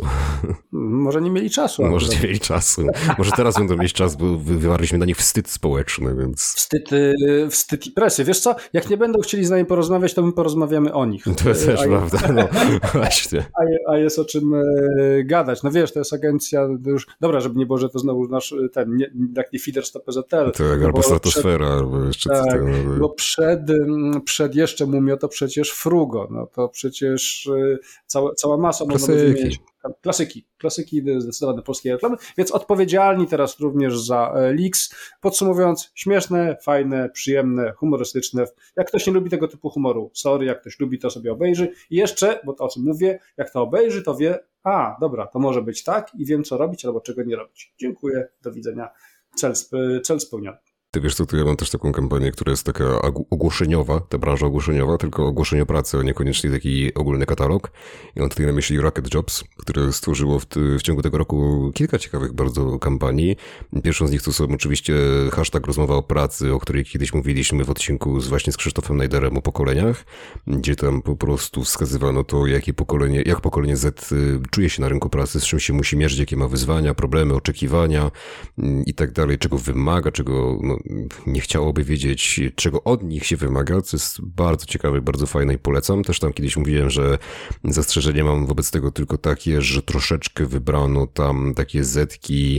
Może nie mieli czasu. Może nie mieli czasu. Może teraz będą mieć czas, bo wywarliśmy na nich wstyd społeczny, więc... Wstyd, wstyd i presję. Wiesz co, jak nie będą chcieli z nami porozmawiać, to my porozmawiamy o nich. To jest też a prawda, je... no właśnie. A, a jest o czym gadać. No wiesz, to jest agencja już... Dobra, żeby nie było, że to znowu nasz ten, nie, jak nie Feeders, to P Z L. Tak, albo Stratosfera, przed... albo jeszcze tak, co no, bo przed, przed jeszcze Mumio to przecież Frugo, no to przecież cała, cała masa można by wymienić. Klasyki, klasyki zdecydowane polskiej reklamy, więc odpowiedzialni teraz również za O L X. Podsumowując, śmieszne, fajne, przyjemne, humorystyczne. Jak ktoś nie lubi tego typu humoru, sorry, jak ktoś lubi, to sobie obejrzy. I jeszcze, bo to o czym mówię, jak to obejrzy, to wie, a dobra, to może być tak i wiem, co robić albo czego nie robić. Dziękuję, do widzenia, cel, cel spełniony. Ty wiesz co, tu ja mam też taką kampanię, która jest taka ogłoszeniowa, ta branża ogłoszeniowa, tylko ogłoszenie o pracy, a niekoniecznie taki ogólny katalog. I mam tutaj na myśli Rocket Jobs, które stworzyło w, w ciągu tego roku kilka ciekawych bardzo kampanii. Pierwszą z nich to są oczywiście hashtag rozmowa o pracy, o której kiedyś mówiliśmy w odcinku z właśnie z Krzysztofem Najderem o pokoleniach, gdzie tam po prostu wskazywano to, jakie pokolenie, jak pokolenie Z czuje się na rynku pracy, z czym się musi mierzyć, jakie ma wyzwania, problemy, oczekiwania i tak dalej, czego wymaga, czego no, nie chciałoby wiedzieć, czego od nich się wymaga, co jest bardzo ciekawe, bardzo fajne i polecam. Też tam kiedyś mówiłem, że zastrzeżenie mam wobec tego tylko takie, że troszeczkę wybrano tam takie zetki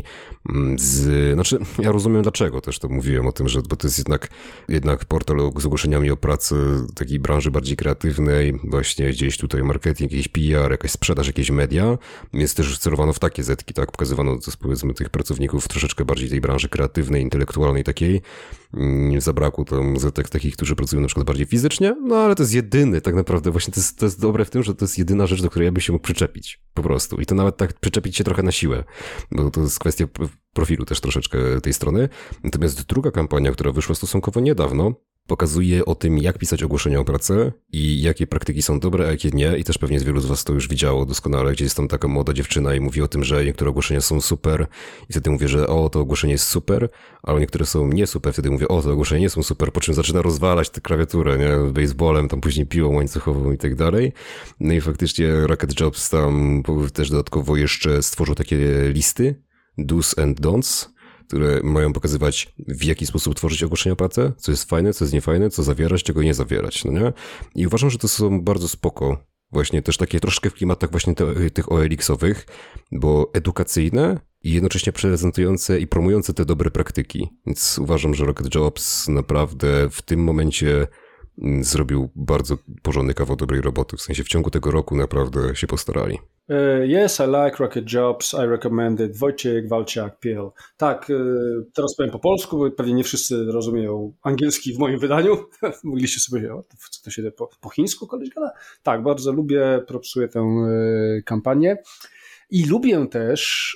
z... Znaczy, ja rozumiem dlaczego też to mówiłem o tym, że bo to jest jednak, jednak portal z ogłoszeniami o pracy takiej branży bardziej kreatywnej, właśnie gdzieś tutaj marketing, jakiś P R, jakaś sprzedaż, jakieś media, więc też celowano w takie zetki, tak? Pokazywano, powiedzmy, tych pracowników troszeczkę bardziej tej branży kreatywnej, intelektualnej takiej. Zabrakło tam zetek takich, którzy pracują na przykład bardziej fizycznie, no ale to jest jedyny, tak naprawdę, właśnie to jest, to jest dobre w tym, że to jest jedyna rzecz, do której ja bym się mógł przyczepić, po prostu. I to nawet tak przyczepić się trochę na siłę, bo to jest kwestia profilu też troszeczkę tej strony. Natomiast druga kampania, która wyszła stosunkowo niedawno, pokazuje o tym, jak pisać ogłoszenia o pracę i jakie praktyki są dobre, a jakie nie. I też pewnie wielu z was to już widziało doskonale, gdzie jest tam taka młoda dziewczyna i mówi o tym, że niektóre ogłoszenia są super i wtedy mówię, że o, to ogłoszenie jest super, ale niektóre są nie super, wtedy mówię, o, to ogłoszenie nie są super, po czym zaczyna rozwalać tę klawiaturę, nie, baseballem, tam później piłą łańcuchową i tak dalej. No i faktycznie Rocket Jobs tam też dodatkowo jeszcze stworzył takie listy, do's and don'ts, które mają pokazywać, w jaki sposób tworzyć ogłoszenia o pracę, co jest fajne, co jest niefajne, co zawierać, czego nie zawierać, no nie? I uważam, że to są bardzo spoko, właśnie też takie troszkę w klimatach właśnie te, tych O L X-owych, bo edukacyjne i jednocześnie prezentujące i promujące te dobre praktyki. Więc uważam, że Rocket Jobs naprawdę w tym momencie zrobił bardzo porządny kawał dobrej roboty, w sensie w ciągu tego roku naprawdę się postarali. Uh, yes, I like Rocket Jobs, I recommend it. Wojciech Walczak-Piel. Tak, uh, teraz powiem po polsku, bo pewnie nie wszyscy rozumieją angielski w moim wydaniu. Mogliście sobie powiedzieć, co to się po, po chińsku koleś gada? Tak, bardzo lubię, propsuję tę uh, kampanię i lubię też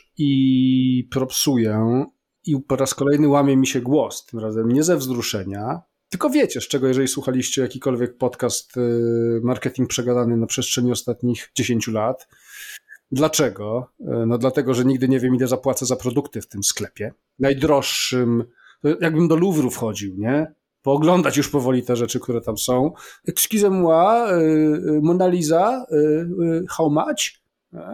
i propsuję i po raz kolejny łamie mi się głos, tym razem nie ze wzruszenia, tylko wiecie, z czego, jeżeli słuchaliście jakikolwiek podcast marketing przegadany na przestrzeni ostatnich dziesięciu lat. Dlaczego? No dlatego, że nigdy nie wiem, ile zapłacę za produkty w tym sklepie. Najdroższym, jakbym do Louvru wchodził, nie? Pooglądać już powoli te rzeczy, które tam są. Excusez-moi, Mona Lisa, how much?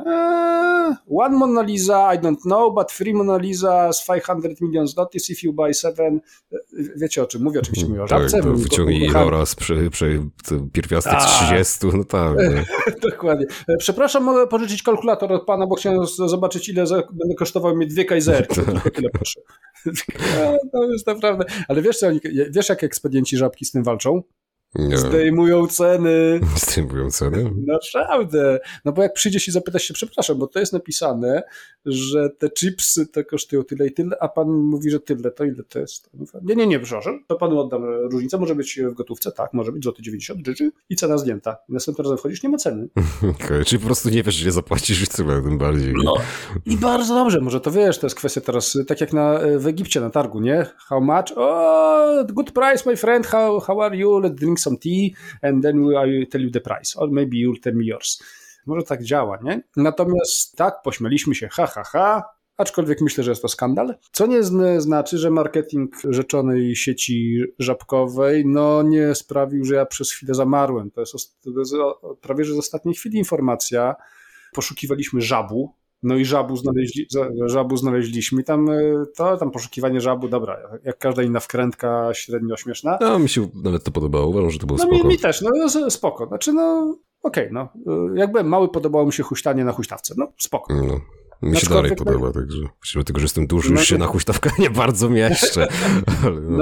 One Mona Lisa, I don't know, but three Mona Lisa z five hundred million złotych if you buy seven. Wiecie o czym mówię? Oczywiście mówię o żabce. Tak, wyciągnij Rora z przy, przy pierwiastek trzydziestu, no tak. No. Dokładnie. Przepraszam, mogę pożyczyć kalkulator od pana, bo chciałem zobaczyć, ile za, będę kosztował mnie dwie kajzerki. Tylko tyle proszę. To jest naprawdę. Ale wiesz, co, wiesz, jak ekspedienci żabki z tym walczą? Nie. Zdejmują ceny. Zdejmują ceny? Naprawdę. No bo jak przyjdziesz i zapytasz się, przepraszam, bo to jest napisane, że te chipsy to kosztują tyle i tyle, a pan mówi, że tyle, to ile to jest? Nie, nie, nie, proszę, to panu oddam różnicę, może być w gotówce, tak, może być złoty dziewięćdziesiąt, życzy i cena zdjęta. Następnym razem wchodzisz, nie ma ceny. Okay, czyli po prostu nie wiesz, ile zapłacisz i tyle, tym bardziej. No. I bardzo dobrze, może to wiesz, to jest kwestia teraz, tak jak na, w Egipcie na targu, nie? How much? Oh, good price, my friend, how, how are you? Let's drink some tea and then I tell you the price, or maybe you'll tell me yours. Może tak działa, nie? Natomiast tak, pośmialiśmy się, ha, ha, ha, aczkolwiek myślę, że jest to skandal. Co nie znaczy, że marketing rzeczonej sieci żabkowej no nie sprawił, że ja przez chwilę zamarłem. To jest, to jest prawie, że z ostatniej chwili informacja. Poszukiwaliśmy żabu, no i żabu, znaleźli, żabu znaleźliśmy i tam, to, tam poszukiwanie żabu, dobra, jak każda inna wkrętka średnio śmieszna. No mi się nawet to podobało, uważam, że to było no, spoko. Mi, mi też, no spoko, znaczy no okej, okay, no jak byłem mały, podobało mi się huśtanie na huśtawce, no spoko. No. Mi się dalej podoba, także mimo tego, że jestem duży, już no, się na huśtawkę nie bardzo mieszczę. Ale no.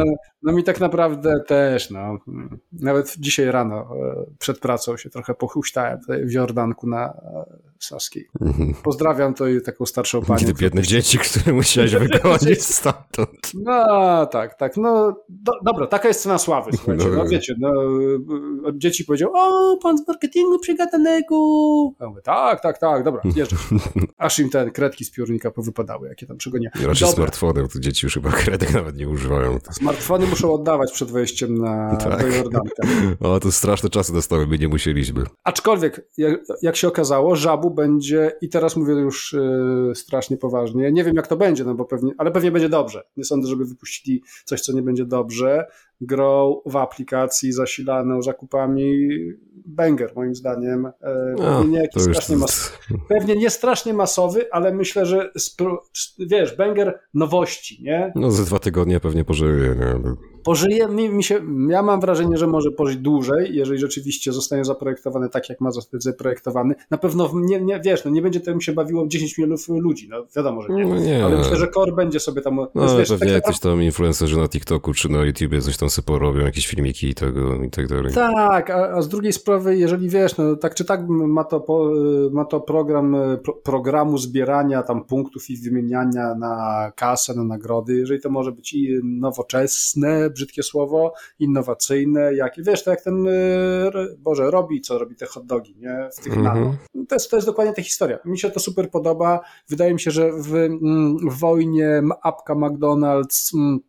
No mi tak naprawdę też, no. Nawet dzisiaj rano przed pracą się trochę pochuśtałem tutaj w Jordanku na Saskiej. Pozdrawiam to i taką starszą panią. Te biedne dzieci, które musiałeś wygonić stamtąd. No tak, tak. No do, dobra, taka jest cena sławy, słuchajcie. No, no wiecie, no, dzieci powiedział, o, pan z marketingu przygadanego. Ja mówię, tak, tak, tak, dobra, jeżdżę. Aż im ten kredki z piórnika powypadały, jakie tam przygonia. Raczej smartfonem, to dzieci już chyba kredek nawet nie używają. Smartfony muszą oddawać przed wejściem na tak. do Jordanka. O, to straszne czasy dostały, my nie musieliśmy. Aczkolwiek, jak, jak się okazało, Żabu będzie, i teraz mówię już yy, strasznie poważnie, nie wiem jak to będzie, no bo pewnie, ale pewnie będzie dobrze. Nie sądzę, żeby wypuścili coś, co nie będzie dobrze. Grą w aplikacji zasilaną zakupami banger, moim zdaniem. No, pewnie, nie jakiś strasznie mas... pewnie nie strasznie masowy, ale myślę, że spro... wiesz, banger nowości, nie? No za dwa tygodnie pewnie pożyje, nie? Pożyje, mi, mi się, ja mam wrażenie, że może pożyć dłużej, jeżeli rzeczywiście zostanie zaprojektowany tak, jak ma zostać zaprojektowany. Na pewno, nie, nie, wiesz, no nie będzie tym się bawiło dziesięć milionów ludzi, no wiadomo, że nie, no nie. Ale myślę, że core będzie sobie tam... No wiesz, pewnie tak, jacyś tam influencerzy na TikToku czy na YouTubie coś tam sobie porobią, jakieś filmiki i tego i tak dalej. Tak, a, a z drugiej sprawy, jeżeli wiesz, no tak czy tak ma to, po, ma to program pro, programu zbierania tam punktów i wymieniania na kasę, na nagrody, jeżeli to może być i nowoczesne, brzydkie słowo, innowacyjne, jak, wiesz, to jak ten, Boże, robi, co robi te hot dogi, nie? W tych mm-hmm. nano. To jest, to jest dokładnie ta historia. Mi się to super podoba. Wydaje mi się, że w, w wojnie apka McDonald's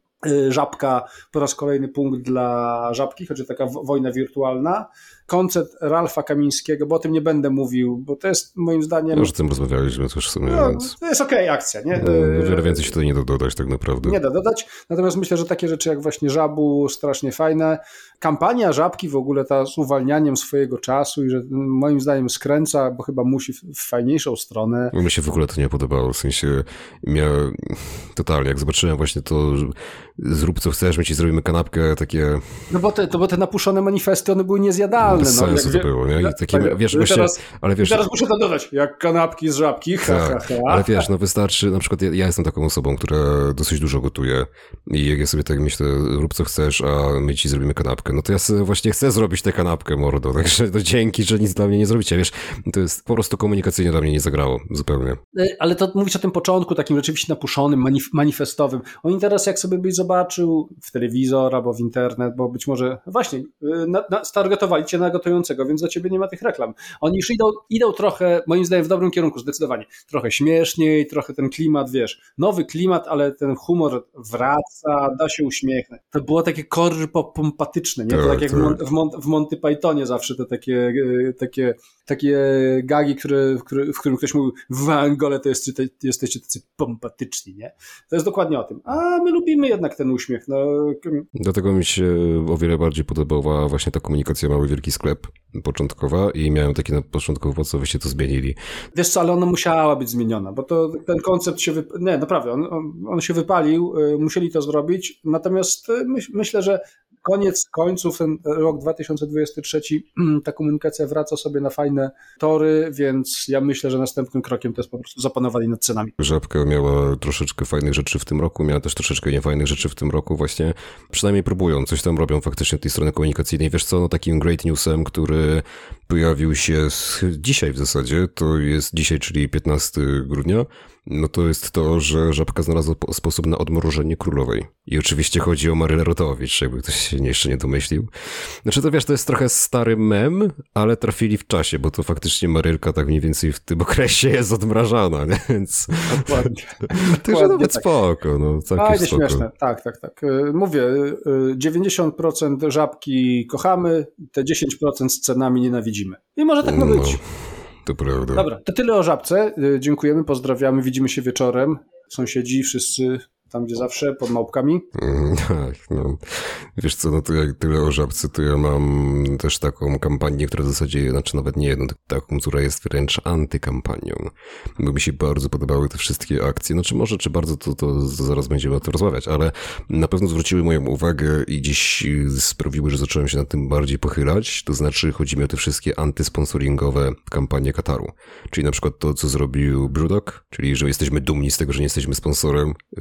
Żabka po raz kolejny punkt dla Żabki, choć taka wojna wirtualna. Koncept Ralfa Kamińskiego, bo o tym nie będę mówił, bo to jest moim zdaniem... Już o tym rozmawialiśmy też w sumie, no, więc... To jest okej okay, akcja, nie? No, wiele więcej się tutaj nie da dodać tak naprawdę. Nie da dodać, natomiast myślę, że takie rzeczy jak właśnie Żabu strasznie fajne. Kampania Żabki w ogóle ta z uwalnianiem swojego czasu i że moim zdaniem skręca, bo chyba musi w fajniejszą stronę. Mi się w ogóle to nie podobało, w sensie miałem totalnie, jak zobaczyłem właśnie to, że zrób co chcesz, my ci zrobimy kanapkę, takie... No bo te, to, bo te napuszone manifesty, one były niezjadalne. Bez no, sensu jak, to było, nie? I takie, tak, wiesz, właśnie, teraz, ale wiesz... Teraz muszę to dodać, jak kanapki z Żabki, ha, tak, ha, ha. Ale wiesz, no wystarczy, na przykład ja, ja jestem taką osobą, która dosyć dużo gotuje i jak ja sobie tak myślę, rób co chcesz, a my ci zrobimy kanapkę, no to ja sobie właśnie chcę zrobić tę kanapkę, mordo, także to dzięki, że nic dla mnie nie zrobicie, wiesz, to jest po prostu komunikacyjnie dla mnie nie zagrało, zupełnie. Ale to mówisz o tym początku, takim rzeczywiście napuszonym, manif- manifestowym. Oni teraz, jak sobie byś zobaczył w telewizor albo w internet, bo być może, właśnie, na, na, stargetowali cię na gotującego, więc dla ciebie nie ma tych reklam. Oni już idą, idą trochę, moim zdaniem, w dobrym kierunku, zdecydowanie. Trochę śmieszniej, trochę ten klimat, wiesz, nowy klimat, ale ten humor wraca, da się uśmiechnąć. To było takie kory pompatyczne, nie? To tak, tak jak tak. W, Mon- w Monty Pythonie zawsze te takie, takie, takie gagi, które, w, który, w którym ktoś mówił, w Angole to jest, jesteście tacy pompatyczni, nie? To jest dokładnie o tym. A my lubimy jednak ten uśmiech. No. Dlatego mi się o wiele bardziej podobała właśnie ta komunikacja Mały Wielki Sklep początkowa i miałem taki na początku, po co wyście to zmienili. Wiesz co, ale ona musiała być zmieniona, bo to ten koncept się, wyp- nie, naprawdę, on, on, on się wypalił, musieli to zrobić, natomiast myśl, myślę, że koniec końców, ten rok dwa tysiące dwudziesty trzeci, ta komunikacja wraca sobie na fajne tory, więc ja myślę, że następnym krokiem to jest po prostu zapanowanie nad cenami. Żabka miała troszeczkę fajnych rzeczy w tym roku, miała też troszeczkę niefajnych rzeczy w tym roku właśnie. Przynajmniej próbują, coś tam robią faktycznie od tej strony komunikacyjnej. Wiesz co, no takim great newsem, który pojawił się z, dzisiaj w zasadzie, to jest dzisiaj, czyli piętnastego grudnia, no to jest to, że Żabka znalazła sposób na odmrożenie królowej. I oczywiście chodzi o Marylę Rodowicz, jakby ktoś się jeszcze nie domyślił. Znaczy to wiesz, to jest trochę stary mem, ale trafili w czasie, bo to faktycznie Marylka tak mniej więcej w tym okresie jest odmrażana, nie? Więc... Dokładnie. Także nawet tak. Spoko, no. Fajnie śmieszne, tak, tak, tak. Mówię, dziewięćdziesiąt procent Żabki kochamy, te dziesięć procent z cenami nienawidzimy. I może tak ma być. No. To prawda. Dobra, to tyle o Żabce. Dziękujemy, pozdrawiamy, widzimy się wieczorem. Sąsiedzi, wszyscy tam gdzie zawsze, pod małpkami. Mm, tak, no. Wiesz co, no to jak tyle o Żabce, to ja mam też taką kampanię, która w zasadzie, znaczy nawet nie jedną, taką, która jest wręcz antykampanią. Bo mi się bardzo podobały te wszystkie akcje. Znaczy może, czy bardzo, to, to zaraz będziemy o tym rozmawiać, ale na pewno zwróciły moją uwagę i dziś sprawiły, że zacząłem się nad tym bardziej pochylać. To znaczy chodzi mi o te wszystkie antysponsoringowe kampanie Kataru. Czyli na przykład to, co zrobił Brewdog, czyli że jesteśmy dumni z tego, że nie jesteśmy sponsorem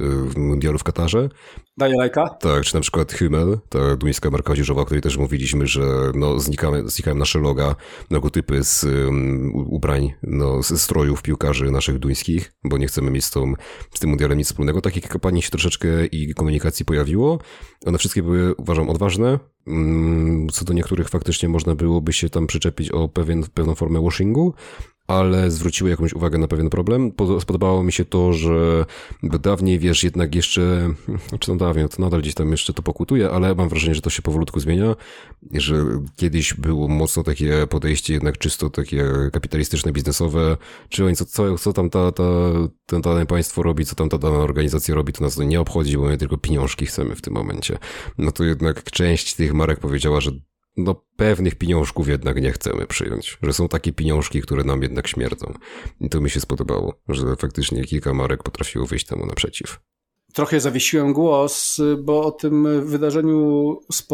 mundialu w Katarze. Daje lajka? Tak, czy na przykład Hymel, ta duńska marka odzieżowa, o której też mówiliśmy, że no znikają, znikają nasze loga, logotypy z um, ubrań, no ze strojów piłkarzy naszych duńskich, bo nie chcemy mieć z, tą, z tym mundialem nic wspólnego. Takich kampanii się troszeczkę i komunikacji pojawiło. One wszystkie były, uważam, odważne. Co do niektórych faktycznie można byłoby się tam przyczepić o pewien, pewną formę washingu, ale zwróciły jakąś uwagę na pewien problem. Spodobało mi się to, że dawniej, wiesz, jednak jeszcze, czy tam dawniej, to nadal gdzieś tam jeszcze to pokutuje, ale mam wrażenie, że to się powolutku zmienia, że kiedyś było mocno takie podejście jednak czysto takie kapitalistyczne, biznesowe, czy oni co, co, co tam ta, ta, to dane państwo robi, co tam ta dana organizacja robi, to nas to nie obchodzi, bo my tylko pieniążki chcemy w tym momencie. No to jednak część tych marek powiedziała, że no pewnych pieniążków jednak nie chcemy przyjąć, że są takie pieniążki, które nam jednak śmierdzą. I to mi się spodobało, że faktycznie kilka marek potrafiło wyjść temu naprzeciw. Trochę zawiesiłem głos, bo o tym wydarzeniu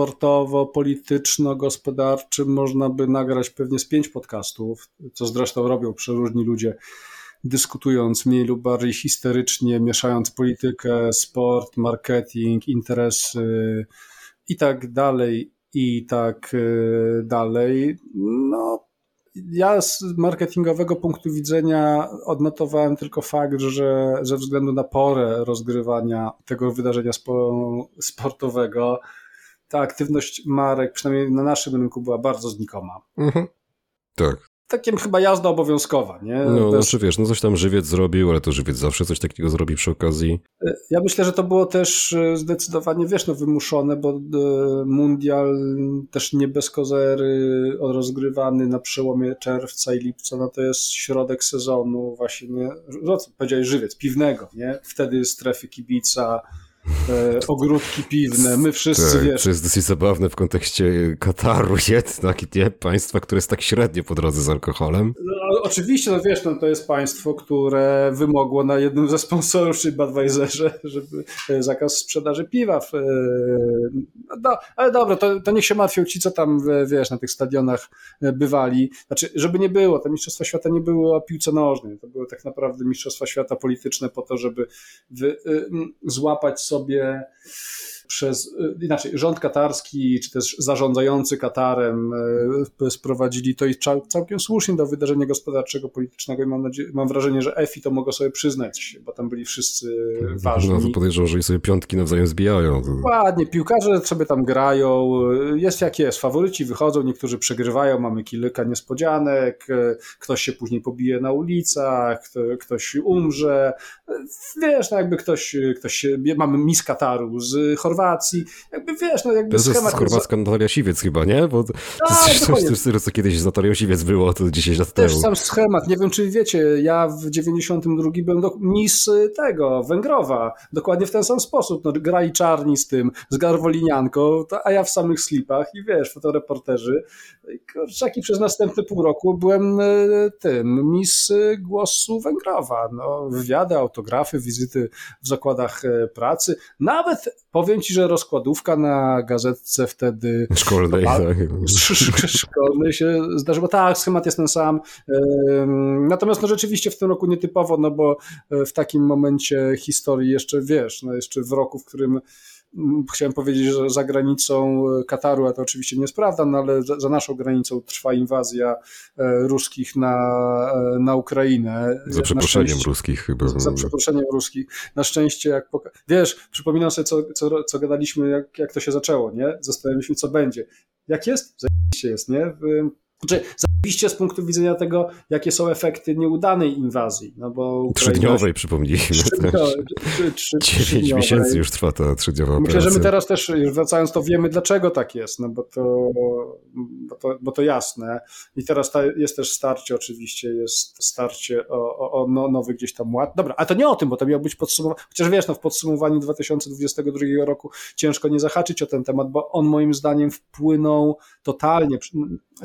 sportowo-polityczno-gospodarczym można by nagrać pewnie z pięć podcastów, co zresztą robią przeróżni ludzie, dyskutując mniej lub bardziej histerycznie, mieszając politykę, sport, marketing, interesy i tak dalej, i tak dalej. No, ja z marketingowego punktu widzenia odnotowałem tylko fakt, że ze względu na porę rozgrywania tego wydarzenia spo, sportowego ta aktywność marek, przynajmniej na naszym rynku, była bardzo znikoma. Mhm. Tak. Takim chyba jazda obowiązkowa, nie? No, Bez... znaczy wiesz, no coś tam Żywiec zrobił, ale to Żywiec zawsze coś takiego zrobi przy okazji. Ja myślę, że to było też zdecydowanie, wiesz, no wymuszone, bo mundial też nie bez kozery rozgrywany na przełomie czerwca i lipca, no to jest środek sezonu właśnie, nie? No co powiedziałeś, Żywiec, piwnego, nie? Wtedy strefy kibica, E, ogródki piwne, my wszyscy, tak, wiesz. To jest dosyć zabawne w kontekście Kataru jednak, nie? Państwa, które jest tak średnio po drodze z alkoholem. No, oczywiście, no wiesz, no, to jest państwo, które wymogło na jednym ze sponsorów, czyli Budweiserze, żeby zakaz sprzedaży piwa. W, no, ale dobra, to, to niech się martwią ci, co tam, wiesz, na tych stadionach bywali. Znaczy, żeby nie było, te Mistrzostwa Świata nie były o piłce nożnej, to były tak naprawdę Mistrzostwa Świata polityczne po to, żeby wy, złapać sobie przez, inaczej, rząd katarski, czy też zarządzający Katarem sprowadzili to i całkiem słusznie do wydarzenia gospodarczego, politycznego i mam, nadzieję, mam wrażenie, że F I to mogło sobie przyznać, bo tam byli wszyscy ważni. No to podejrzewam, że i sobie piątki nawzajem zbijają. Ładnie, piłkarze sobie tam grają, jest jak jest, faworyci wychodzą, niektórzy przegrywają, mamy kilka niespodzianek, ktoś się później pobije na ulicach, ktoś umrze, wiesz, no jakby ktoś, ktoś się, mamy Miss Kataru z Chorwacji, jakby wiesz, no jakby to schemat... To jest chorwacka Natalia Siwiec chyba, nie? Bo to A, jest coś, coś, coś, co kiedyś z Natalią Siwiec było, to dziesięć lat temu. Też sam schemat, nie wiem czy wiecie, ja w dziewięćdziesiątym drugim byłem do Miss tego, Węgrowa, dokładnie w ten sam sposób, no grali czarni z tym, z garwolinianką, a ja w samych slipach i wiesz, fotoreporterzy, kurczaki, przez następne pół roku byłem tym, Miss Głosu Węgrowa, no wywiady, autografy, wizyty w zakładach pracy, nawet powiem ci, że rozkładówka na gazetce wtedy szkolnej, tak. szkolnej się zdarzyła. Tak, schemat jest ten sam. Natomiast no rzeczywiście w tym roku nietypowo, no bo w takim momencie historii jeszcze wiesz, no jeszcze w roku, w którym chciałem powiedzieć, że za granicą Kataru, a to oczywiście nie jest prawda, no ale za, za naszą granicą trwa inwazja ruskich na, na Ukrainę. Za przeproszeniem ruskich chyba. Za, za przeproszeniem ruskich. Na szczęście, jak poka- wiesz, przypominam sobie, co, co, co gadaliśmy, jak, jak to się zaczęło, nie? Zastanawialiśmy, co będzie. Jak jest? Zajebiście jest, nie? Znaczy, zajebiście z punktu widzenia tego, jakie są efekty nieudanej inwazji. No bo trzydniowej, przypomnijmy. Dziewięć miesięcy już trwa ta trzydniowa operacja. Myślę, że my teraz też, już wracając, to wiemy, dlaczego tak jest, no bo to, bo to, bo to jasne. I teraz ta, jest też starcie, oczywiście, jest starcie o, o, o no, nowy gdzieś tam ład. Dobra, a to nie o tym, bo to miało być podsumowanie. Chociaż wiesz, no w podsumowaniu dwa tysiące dwudziestego drugiego roku ciężko nie zahaczyć o ten temat, bo on moim zdaniem wpłynął totalnie, totalnie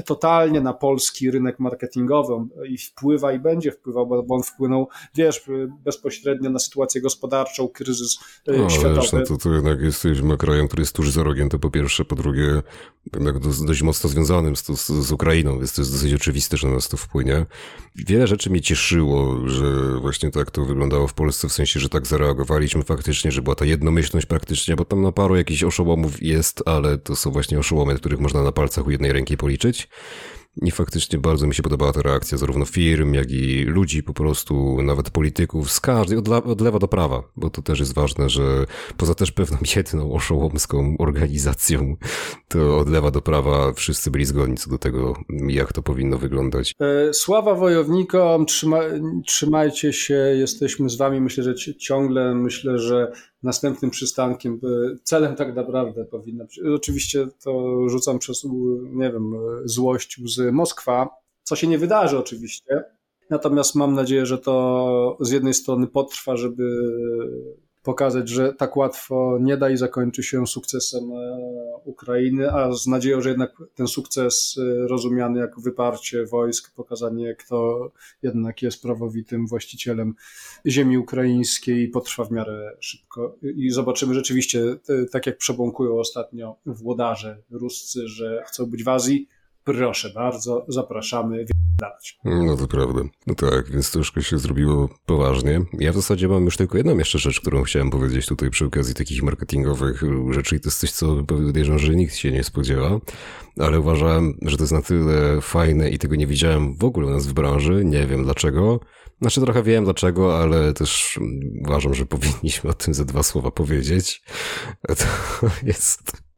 realnie na polski rynek marketingowy i wpływa i będzie wpływał, bo on wpłynął, wiesz, bezpośrednio na sytuację gospodarczą, kryzys no, światowy. Wiesz, no to, to jednak jesteśmy krajem, który jest tuż za rogiem, to po pierwsze, po drugie jednak dość mocno związanym z, z, z Ukrainą, więc to jest dosyć oczywiste, że na nas to wpłynie. Wiele rzeczy mnie cieszyło, że właśnie tak to wyglądało w Polsce, w sensie, że tak zareagowaliśmy faktycznie, że była ta jednomyślność praktycznie, bo tam na paru jakichś oszołomów jest, ale to są właśnie oszołomy, których można na palcach u jednej ręki policzyć. I faktycznie bardzo mi się podobała ta reakcja zarówno firm, jak i ludzi po prostu, nawet polityków, z każdej, od, od lewa do prawa, bo to też jest ważne, że poza też pewną jedną oszołomską organizacją, to od lewa do prawa wszyscy byli zgodni co do tego, jak to powinno wyglądać. Sława wojownikom, trzyma, trzymajcie się, jesteśmy z wami, myślę, że ciągle, myślę, że następnym przystankiem, celem tak naprawdę powinno być, oczywiście to rzucam przez, nie wiem, złość łzy Moskwa, co się nie wydarzy oczywiście, natomiast mam nadzieję, że to z jednej strony potrwa, żeby pokazać, że tak łatwo nie da i zakończy się sukcesem Ukrainy, a z nadzieją, że jednak ten sukces rozumiany jako wyparcie wojsk, pokazanie, kto jednak jest prawowitym właścicielem ziemi ukraińskiej, potrwa w miarę szybko i zobaczymy rzeczywiście, tak jak przebąkują ostatnio włodarze ruscy, że chcą być w Azji. Proszę bardzo, zapraszamy, wydawać. No to prawda. No tak, więc troszkę się zrobiło poważnie. Ja w zasadzie mam już tylko jedną jeszcze rzecz, którą chciałem powiedzieć tutaj przy okazji takich marketingowych rzeczy i to jest coś, co podejrzewam, że nikt się nie spodziewa, ale uważałem, że to jest na tyle fajne i tego nie widziałem w ogóle u nas w branży, nie wiem dlaczego. Znaczy trochę wiem dlaczego, ale też uważam, że powinniśmy o tym ze dwa słowa powiedzieć. To jest...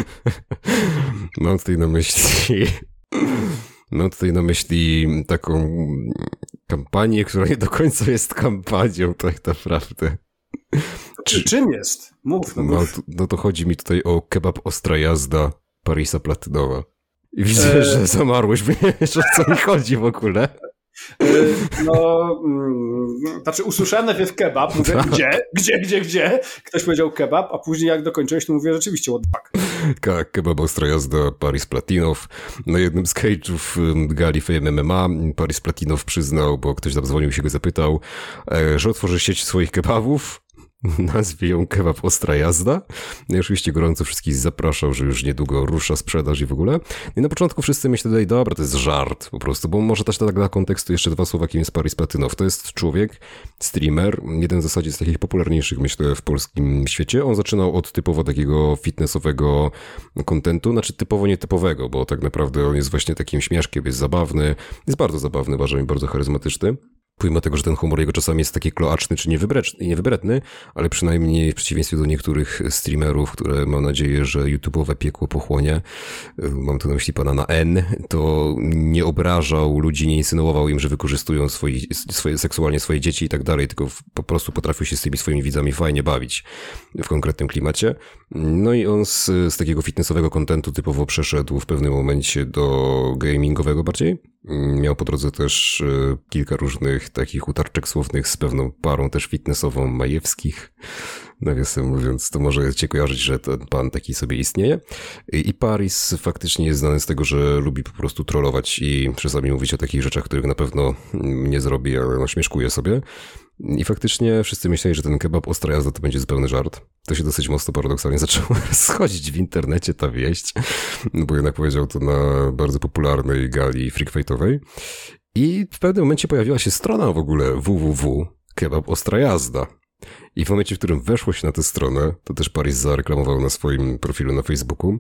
Mam tutaj na myśli mam tutaj na myśli taką kampanię, która nie do końca jest kampanią tak naprawdę. Czy, czym jest? Mów. No, no, to, no to chodzi mi tutaj o kebab Ostra Jazda Parisa Platynowa. I widzę, e... że zamarłeś, wiesz o co mi chodzi w ogóle. No, znaczy usłyszałem najpierw kebab, mówię, tak. gdzie, gdzie, gdzie, gdzie? Ktoś powiedział kebab, a później jak dokończyłeś, to mówię rzeczywiście what the fuck. Tak, kebab Ostra Jazda Paris Platinow. Na jednym z cage'ów gali Fame M M A Paris Platinow przyznał, bo ktoś tam dzwonił się go zapytał, że otworzy sieć swoich kebabów. Nazwie ją kebab Ostra Jazda. No i oczywiście gorąco wszystkich zapraszał, że już niedługo rusza sprzedaż i w ogóle. I na początku wszyscy myśleli, dobra, to jest żart po prostu, bo może też tak dla kontekstu jeszcze dwa słowa, kim jest Paris Platynow. To jest człowiek, streamer, jeden w zasadzie z takich popularniejszych, myślę, w polskim świecie. On zaczynał od typowo takiego fitnessowego kontentu, znaczy typowo nietypowego, bo tak naprawdę on jest właśnie takim śmieszkiem, jest zabawny, jest bardzo zabawny, uważam, i bardzo charyzmatyczny. Pomimo tego, że ten humor jego czasami jest taki kloaczny czy niewybredny, ale przynajmniej w przeciwieństwie do niektórych streamerów, które mam nadzieję, że YouTube'owe piekło pochłonie, mam tu na myśli pana na N, to nie obrażał ludzi, nie insynuował im, że wykorzystują swoje, swoje, seksualnie swoje dzieci i tak dalej, tylko po prostu potrafił się z tymi swoimi widzami fajnie bawić w konkretnym klimacie. No i on z, z takiego fitnessowego kontentu typowo przeszedł w pewnym momencie do gamingowego bardziej. Miał po drodze też kilka różnych takich utarczek słownych z pewną parą też fitnessową Majewskich. Nawiasem mówiąc, to może cię kojarzyć, że ten pan taki sobie istnieje. I Paris faktycznie jest znany z tego, że lubi po prostu trollować i czasami mówić o takich rzeczach, których na pewno nie zrobi, ale no śmieszkuje sobie. I faktycznie wszyscy myśleli, że ten kebab Ostra Jazda to będzie zupełny żart. To się dosyć mocno paradoksalnie zaczęło schodzić w internecie ta wieść, bo jednak powiedział to na bardzo popularnej gali freakfightowej. I w pewnym momencie pojawiła się strona w ogóle www kebab Ostra Jazda. I w momencie, w którym weszło się na tę stronę, to też Paris zareklamował na swoim profilu na Facebooku,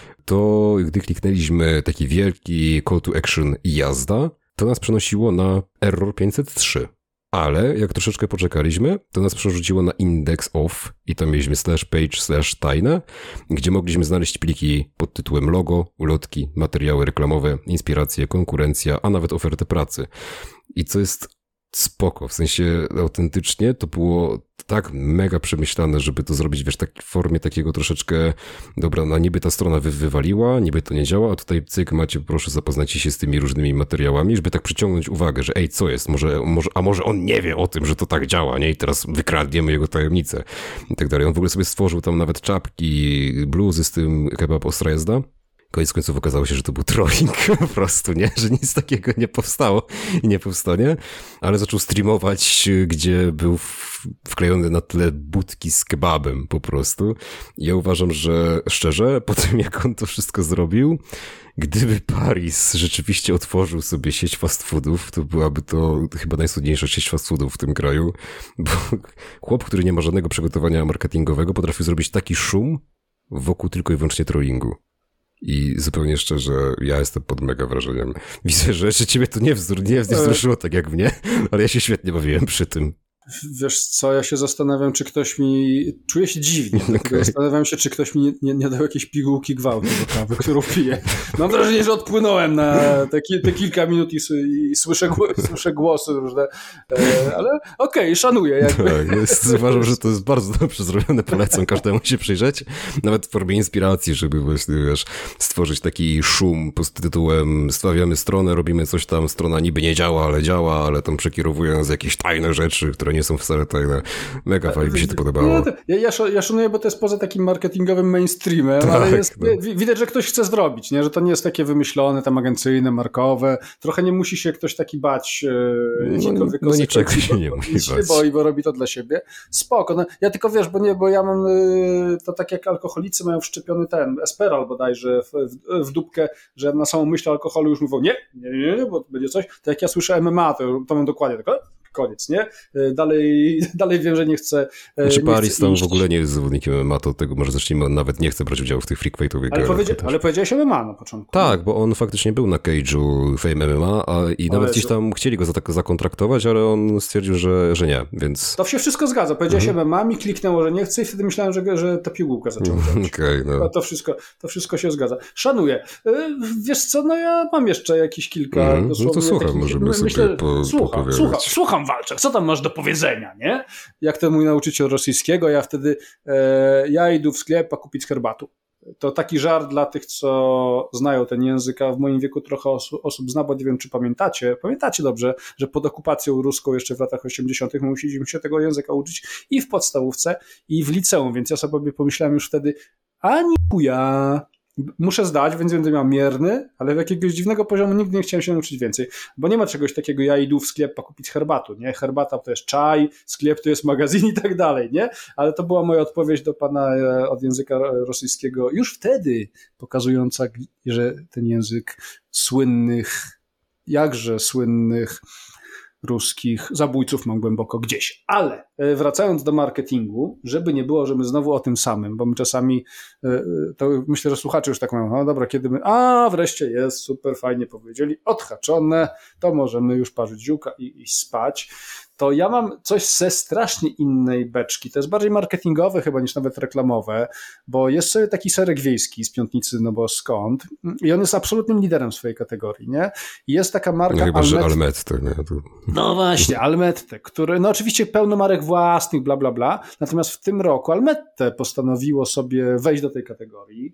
to gdy kliknęliśmy taki wielki call to action jazda, to nas przenosiło na error pięćset trzy. Ale jak troszeczkę poczekaliśmy, to nas przerzuciło na index of i tam mieliśmy slash page slash tajne, gdzie mogliśmy znaleźć pliki pod tytułem logo, ulotki, materiały reklamowe, inspiracje, konkurencja, a nawet ofertę pracy. I co jest spoko, w sensie autentycznie to było tak mega przemyślane, żeby to zrobić, wiesz, tak w formie takiego troszeczkę, dobra, no niby ta strona wy wywaliła, niby to nie działa, a tutaj cyk, macie, proszę zapoznajcie się z tymi różnymi materiałami, żeby tak przyciągnąć uwagę, że ej, co jest, może, może, a może on nie wie o tym, że to tak działa, nie, i teraz wykradniemy jego tajemnicę i tak dalej. On w ogóle sobie stworzył tam nawet czapki, bluzy z tym kebab Ostra Jazda. Koniec końców okazało się, że to był trolling po prostu, nie? Że nic takiego nie powstało i nie powstanie, ale zaczął streamować, gdzie był wklejony na tle budki z kebabem po prostu. I ja uważam, że szczerze, po tym jak on to wszystko zrobił, gdyby Paris rzeczywiście otworzył sobie sieć fast foodów, to byłaby to chyba najsłynniejsza sieć fast foodów w tym kraju, bo chłop, który nie ma żadnego przygotowania marketingowego, potrafił zrobić taki szum wokół tylko i wyłącznie trollingu. I zupełnie szczerze, ja jestem pod mega wrażeniem. Widzę, że, że ciebie to nie, wzru, nie wzruszyło tak jak mnie, ale ja się świetnie bawiłem przy tym. Wiesz co, ja się zastanawiam, czy ktoś mi... Czuję się dziwnie. Okay. Zastanawiam się, czy ktoś mi nie, nie, nie dał jakiejś pigułki gwałtu do kawy, którą piję. Mam wrażenie, że odpłynąłem na te, te kilka minut i, i słyszę, słyszę głosy różne, ale okej, okay, szanuję. Jakby. Tak, jest, uważam, że to jest bardzo dobrze zrobione, polecam każdemu się przyjrzeć. Nawet w formie inspiracji, żeby właśnie, wiesz, stworzyć taki szum pod tytułem stawiamy stronę, robimy coś tam, strona niby nie działa, ale działa, ale tam przekierowuje nas jakieś tajne rzeczy, które nie są wcale tajne. Mega fajnie mi się to podobało. Ja, ja, ja szanuję, bo to jest poza takim marketingowym mainstreamem, tak, ale jest, no. widać, że ktoś chce zrobić, nie? Że to nie jest takie wymyślone, tam agencyjne, markowe. Trochę nie musi się ktoś taki bać no, no niczego się nie musi się boi, bo robi to dla siebie. Spoko. No, ja tylko wiesz, bo nie, bo ja mam to tak jak alkoholicy mają wszczepiony ten Esperal bodajże w, w, w dupkę, że na samą myśl o alkoholu już mówią nie, nie, nie, nie, bo będzie coś. To jak ja słyszę M M A, to, to mam dokładnie tak, koniec, nie? Dalej, dalej wiem, że nie chcę... Znaczy Paris tam w ogóle nie jest zawodnikiem M M A, to tego może zacznijmy, on nawet nie chce brać udziału w tych freakfightowych ale, powiedzia ale powiedziałeś M M A na początku. Tak, bo on faktycznie był na cage'u Fame M M A a, i nawet gdzieś tam chcieli go za, tak zakontraktować, ale on stwierdził, że, że nie, więc... To się wszystko zgadza. Powiedziałeś mhm. M M A, mi kliknęło, że nie chce i wtedy myślałem, że, że ta pigułka zaczęła działać. Okay, no. to, wszystko, to wszystko się zgadza. Szanuję. Wiesz co, no ja mam jeszcze jakieś kilka... Mhm. No to słucham, takich, możemy myślę, sobie po, słucham, słucham, słucham, Walczak, co tam masz do powiedzenia, nie? Jak ten mój nauczyciel rosyjskiego, ja wtedy e, ja idę w sklep, a kupić herbatu. To taki żart dla tych, co znają ten język, a w moim wieku trochę osu, osób zna, bo nie wiem, czy pamiętacie, pamiętacie dobrze, że pod okupacją ruską jeszcze w latach osiemdziesiątych my musieliśmy się tego języka uczyć i w podstawówce, i w liceum, więc ja sobie pomyślałem już wtedy, a nie chuja, muszę zdać, więc będę miał mierny, ale w jakiegoś dziwnego poziomu nigdy nie chciałem się nauczyć więcej, bo nie ma czegoś takiego, ja idę w sklep kupić herbatu, nie? Herbata to jest czaj, sklep to jest magazyn i tak dalej, nie? Ale to była moja odpowiedź do pana od języka rosyjskiego już wtedy, pokazująca, że ten język słynnych, jakże słynnych ruskich zabójców mam głęboko gdzieś. Ale wracając do marketingu, żeby nie było, że my znowu o tym samym, bo my czasami, to myślę, że słuchacze już tak mają, no dobra, kiedy my, a wreszcie jest, super, fajnie powiedzieli, odhaczone, to możemy już parzyć ziółka i iść spać. To ja mam coś ze strasznie innej beczki. To jest bardziej marketingowe chyba niż nawet reklamowe, bo jest sobie taki serek wiejski z Piątnicy, no bo skąd? I on jest absolutnym liderem swojej kategorii, nie? I jest taka marka... No chyba, Almet... że Almette. Nie? To... No właśnie, Almette, który, no oczywiście pełno marek własnych, bla, bla, bla. Natomiast w tym roku Almette postanowiło sobie wejść do tej kategorii.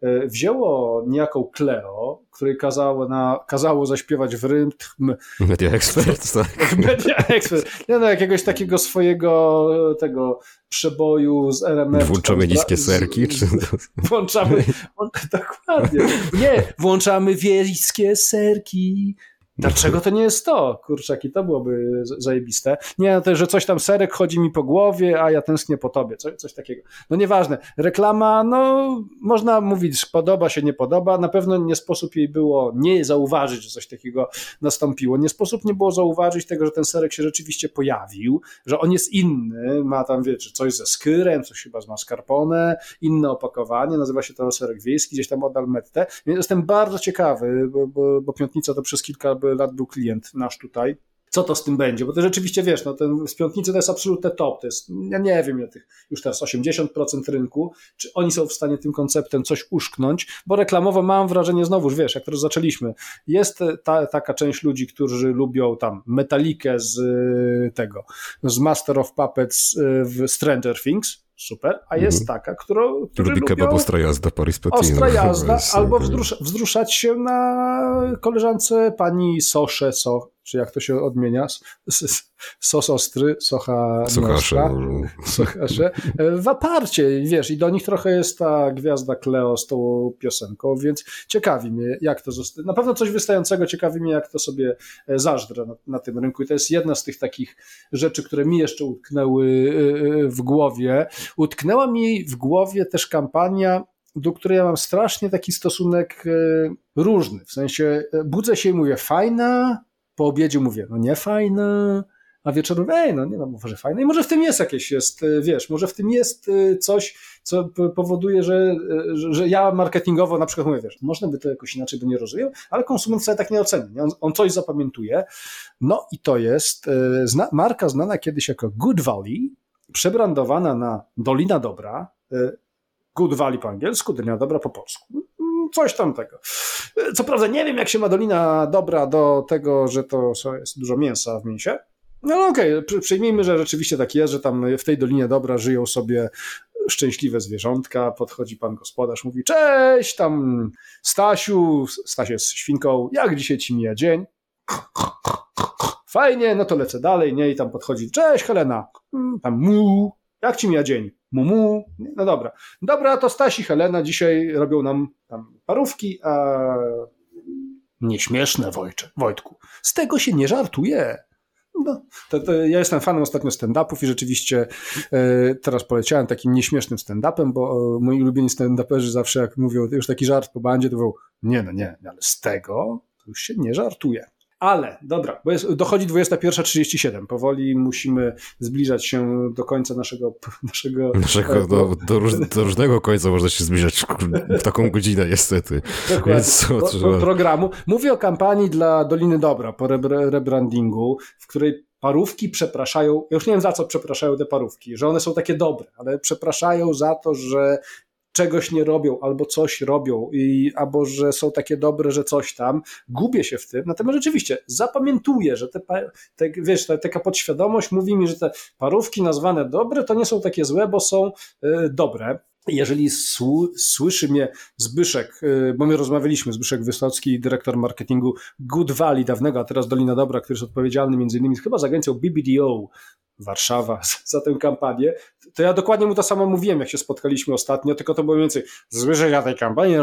Wzięło niejaką Cleo, której kazało, na, kazało zaśpiewać w rytm... Media Expert, tak. Media Expert. Nie no, jakiegoś takiego swojego tego przeboju z R M F. Włączamy niskie serki? Czy... Włączamy... Dokładnie. Nie, włączamy wiejskie serki. Dlaczego to nie jest to? Kurczaki, to byłoby zajebiste. Nie, no to, że coś tam serek chodzi mi po głowie, a ja tęsknię po tobie, coś, coś takiego. No nieważne. Reklama, no można mówić, podoba się, nie podoba. Na pewno nie sposób jej było nie zauważyć, że coś takiego nastąpiło. Nie sposób nie było zauważyć tego, że ten serek się rzeczywiście pojawił, że on jest inny, ma tam, wiecie, coś ze skyrem, coś chyba z mascarpone, inne opakowanie, nazywa się to serek wiejski, gdzieś tam od Almette. Więc jestem bardzo ciekawy, bo, bo, bo Piątnica to przez kilka lat był klient nasz tutaj. Co to z tym będzie? Bo to rzeczywiście, wiesz, no ten z Piątnicy to jest absolutny top. To jest, ja nie wiem, ja tych już teraz osiemdziesiąt procent rynku, czy oni są w stanie tym konceptem coś uszknąć, bo reklamowo mam wrażenie, znowuż, wiesz, jak to zaczęliśmy, jest ta, taka część ludzi, którzy lubią tam Metalikę z tego, z Master of Puppets w Stranger Things, super, a jest mm. taka, którą, którzy lubi kebab ostra jazda, Paris Patino. Ostra jazda, albo wzrusz, wzruszać się na koleżance pani Sosze, so, czy jak to się odmienia, sos ostry, socha Sochasze. Sochasze. W aparcie, wiesz, i do nich trochę jest ta gwiazda Cleo z tą piosenką, więc ciekawi mnie, jak to zostanie. Na pewno coś wystającego, ciekawi mnie, jak to sobie zażdrę na, na tym rynku i to jest jedna z tych takich rzeczy, które mi jeszcze utknęły w głowie. Utknęła mi w głowie też kampania, do której ja mam strasznie taki stosunek różny, w sensie budzę się i mówię fajna, po obiedzie mówię no nie fajna, a wieczorem ej, no nie no, może fajna i może w tym jest jakieś, jest, wiesz, może w tym jest coś, co powoduje, że, że, że ja marketingowo na przykład mówię, wiesz, można by to jakoś inaczej by nie rozumiał, ale konsument sobie tak nie oceni, nie? On, on coś zapamiętuje, no i to jest zna, marka znana kiedyś jako Good Valley, przebrandowana na Dolina Dobra, Good Valley po angielsku, Dolina Dobra po polsku. Coś tam tego. Co prawda nie wiem, jak się ma Dolina Dobra do tego, że to jest dużo mięsa w mięsie. No okej, okay, przyjmijmy, że rzeczywiście tak jest, że tam w tej Dolinie Dobra żyją sobie szczęśliwe zwierzątka. Podchodzi pan gospodarz, mówi cześć, tam Stasiu, Staś jest świnką, jak dzisiaj ci mija dzień? Fajnie, no to lecę dalej, nie? I tam podchodzi, cześć Helena, tam mu, jak ci mija dzień? Mumu, no dobra. Dobra, to Staś i Helena dzisiaj robią nam tam parówki, a nieśmieszne, Wojcze, Wojtku. Z tego się nie żartuje. No, to, to ja jestem fanem ostatnio stand-upów i rzeczywiście e, teraz poleciałem takim nieśmiesznym stand-upem, bo e, moi ulubieni stand-uperzy zawsze jak mówią już taki żart po bandzie, to mówią nie, no nie, ale z tego to już się nie żartuje. Ale, dobra, bo jest, dochodzi dwudziesta pierwsza trzydzieści siedem. Powoli musimy zbliżać się do końca naszego... Naszego, naszego do, do, róż, do różnego końca można się zbliżać w taką godzinę niestety. Więc co, po, trzeba... programu. Mówię o kampanii dla Doliny Dobra po rebrandingu, w której parówki przepraszają, ja już nie wiem za co przepraszają te parówki, że one są takie dobre, ale przepraszają za to, że czegoś nie robią, albo coś robią, i, albo że są takie dobre, że coś tam. Gubię się w tym, natomiast rzeczywiście zapamiętuję, że te, te, wiesz, ta, taka podświadomość mówi mi, że te parówki nazwane dobre to nie są takie złe, bo są y, dobre. Jeżeli sł- słyszy mnie Zbyszek, y, bo my rozmawialiśmy, Zbyszek Wysocki, dyrektor marketingu Good Valley dawnego, a teraz Dolina Dobra, który jest odpowiedzialny między innymi chyba za agencją B B D O Warszawa za tę kampanię, to ja dokładnie mu to samo mówiłem, jak się spotkaliśmy ostatnio, tylko to było mniej więcej Zbyszek, ja tej kampanii,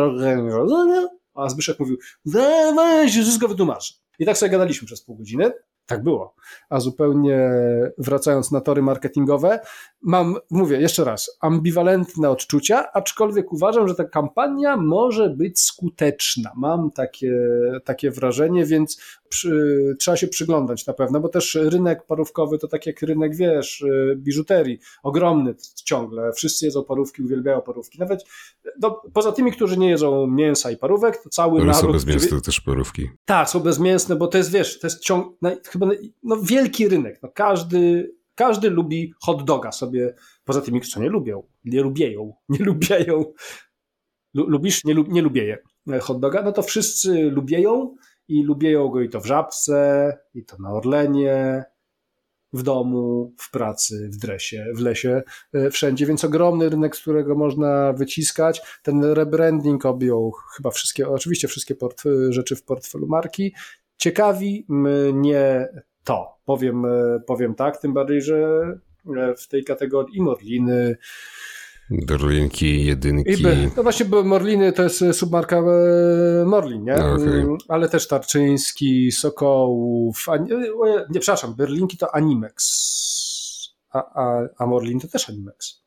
a Zbyszek mówił, weź, wszystko wytłumaczę. I tak sobie gadaliśmy przez pół godziny. Tak było. A zupełnie wracając na tory marketingowe, mam, mówię jeszcze raz, ambiwalentne odczucia, aczkolwiek uważam, że ta kampania może być skuteczna. Mam takie, takie wrażenie, więc przy, trzeba się przyglądać na pewno, bo też rynek parówkowy to tak jak rynek, wiesz, biżuterii, ogromny ciągle. Wszyscy jedzą parówki, uwielbiają parówki. Nawet do, poza tymi, którzy nie jedzą mięsa i parówek, to cały ale naród... są bezmięsne też parówki. Tak, są bezmięsne, bo to jest, wiesz, to jest ciąg... Chyba no, wielki rynek. No, każdy, każdy lubi hot doga sobie, poza tymi, którzy nie lubią, nie lubieją, nie lubieją. Lubisz? Nie, nie lubieję hot doga? No to wszyscy lubieją i lubieją go i to w Żabce, i to na Orlenie, w domu, w pracy, w dresie, w lesie, wszędzie, więc ogromny rynek, z którego można wyciskać. Ten rebranding objął chyba wszystkie, oczywiście wszystkie port- rzeczy w portfelu marki. Ciekawi mnie to, powiem, powiem tak, tym bardziej, że w tej kategorii i Morliny, Berlinki, jedynki. I by, no właśnie, bo Morliny to jest submarka Morlin, nie? Okay. Ale też Tarczyński, Sokołów, a, nie, nie, przepraszam, Berlinki to Animex, a, a, a Morlin to też Animex.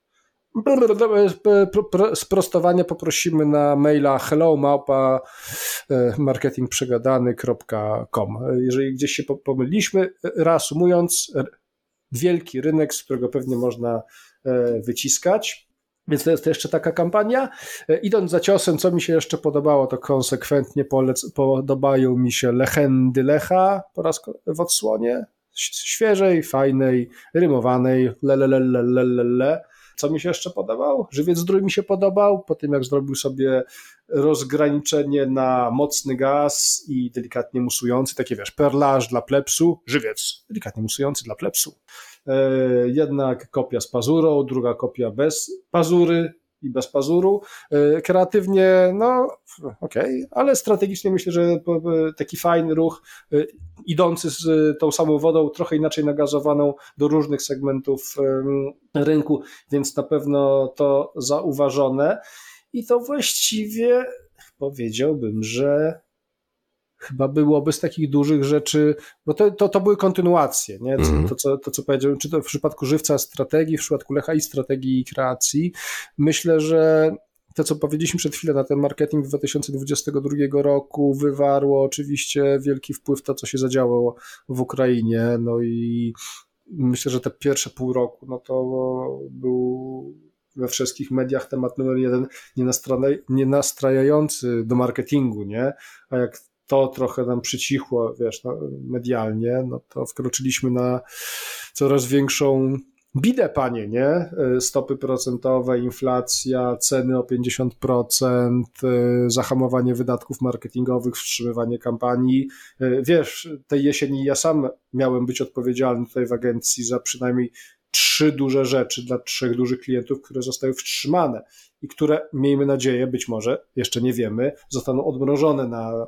Sprostowanie poprosimy na maila hello małpa marketing przegadany kropka com. Jeżeli gdzieś się pomyliliśmy, reasumując, wielki rynek, z którego pewnie można wyciskać. Więc to jest jeszcze taka kampania. Idąc za ciosem, co mi się jeszcze podobało, to konsekwentnie polec- podobają mi się Legendy Lecha po raz w odsłonie. Świeżej, fajnej, rymowanej. Lelelelelelele. Co mi się jeszcze podobał? Żywiec Zdrój mi się podobał, po tym jak zrobił sobie rozgraniczenie na mocny gaz i delikatnie musujący, takie wiesz, perlaż dla plepsu, żywiec, delikatnie musujący dla plepsu. Jedna kopia z pazurą, druga kopia bez pazury, i bez pazuru. Kreatywnie, no okej, okay, ale strategicznie myślę, że taki fajny ruch idący z tą samą wodą, trochę inaczej nagazowaną do różnych segmentów rynku, więc na pewno to zauważone i to właściwie powiedziałbym, że chyba byłoby z takich dużych rzeczy, bo to, to, to były kontynuacje, nie? To, mm. to, co, to co powiedziałem, czy to w przypadku Żywca strategii, w przypadku Lecha i strategii i kreacji. Myślę, że to, co powiedzieliśmy przed chwilą na ten marketing dwa tysiące dwudziestego drugiego roku wywarło oczywiście wielki wpływ to, co się zadziało w Ukrainie, no i myślę, że te pierwsze pół roku, no to był we wszystkich mediach temat numer jeden, nie nastrajający do marketingu, nie? A jak to trochę nam przycichło, wiesz, no, medialnie, no to wkroczyliśmy na coraz większą bidę, panie, nie? Stopy procentowe, inflacja, ceny o pięćdziesiąt procent, zahamowanie wydatków marketingowych, wstrzymywanie kampanii. Wiesz, tej jesieni ja sam miałem być odpowiedzialny tutaj w agencji za przynajmniej trzy duże rzeczy dla trzech dużych klientów, które zostały wstrzymane i które, miejmy nadzieję, być może, jeszcze nie wiemy, zostaną odmrożone na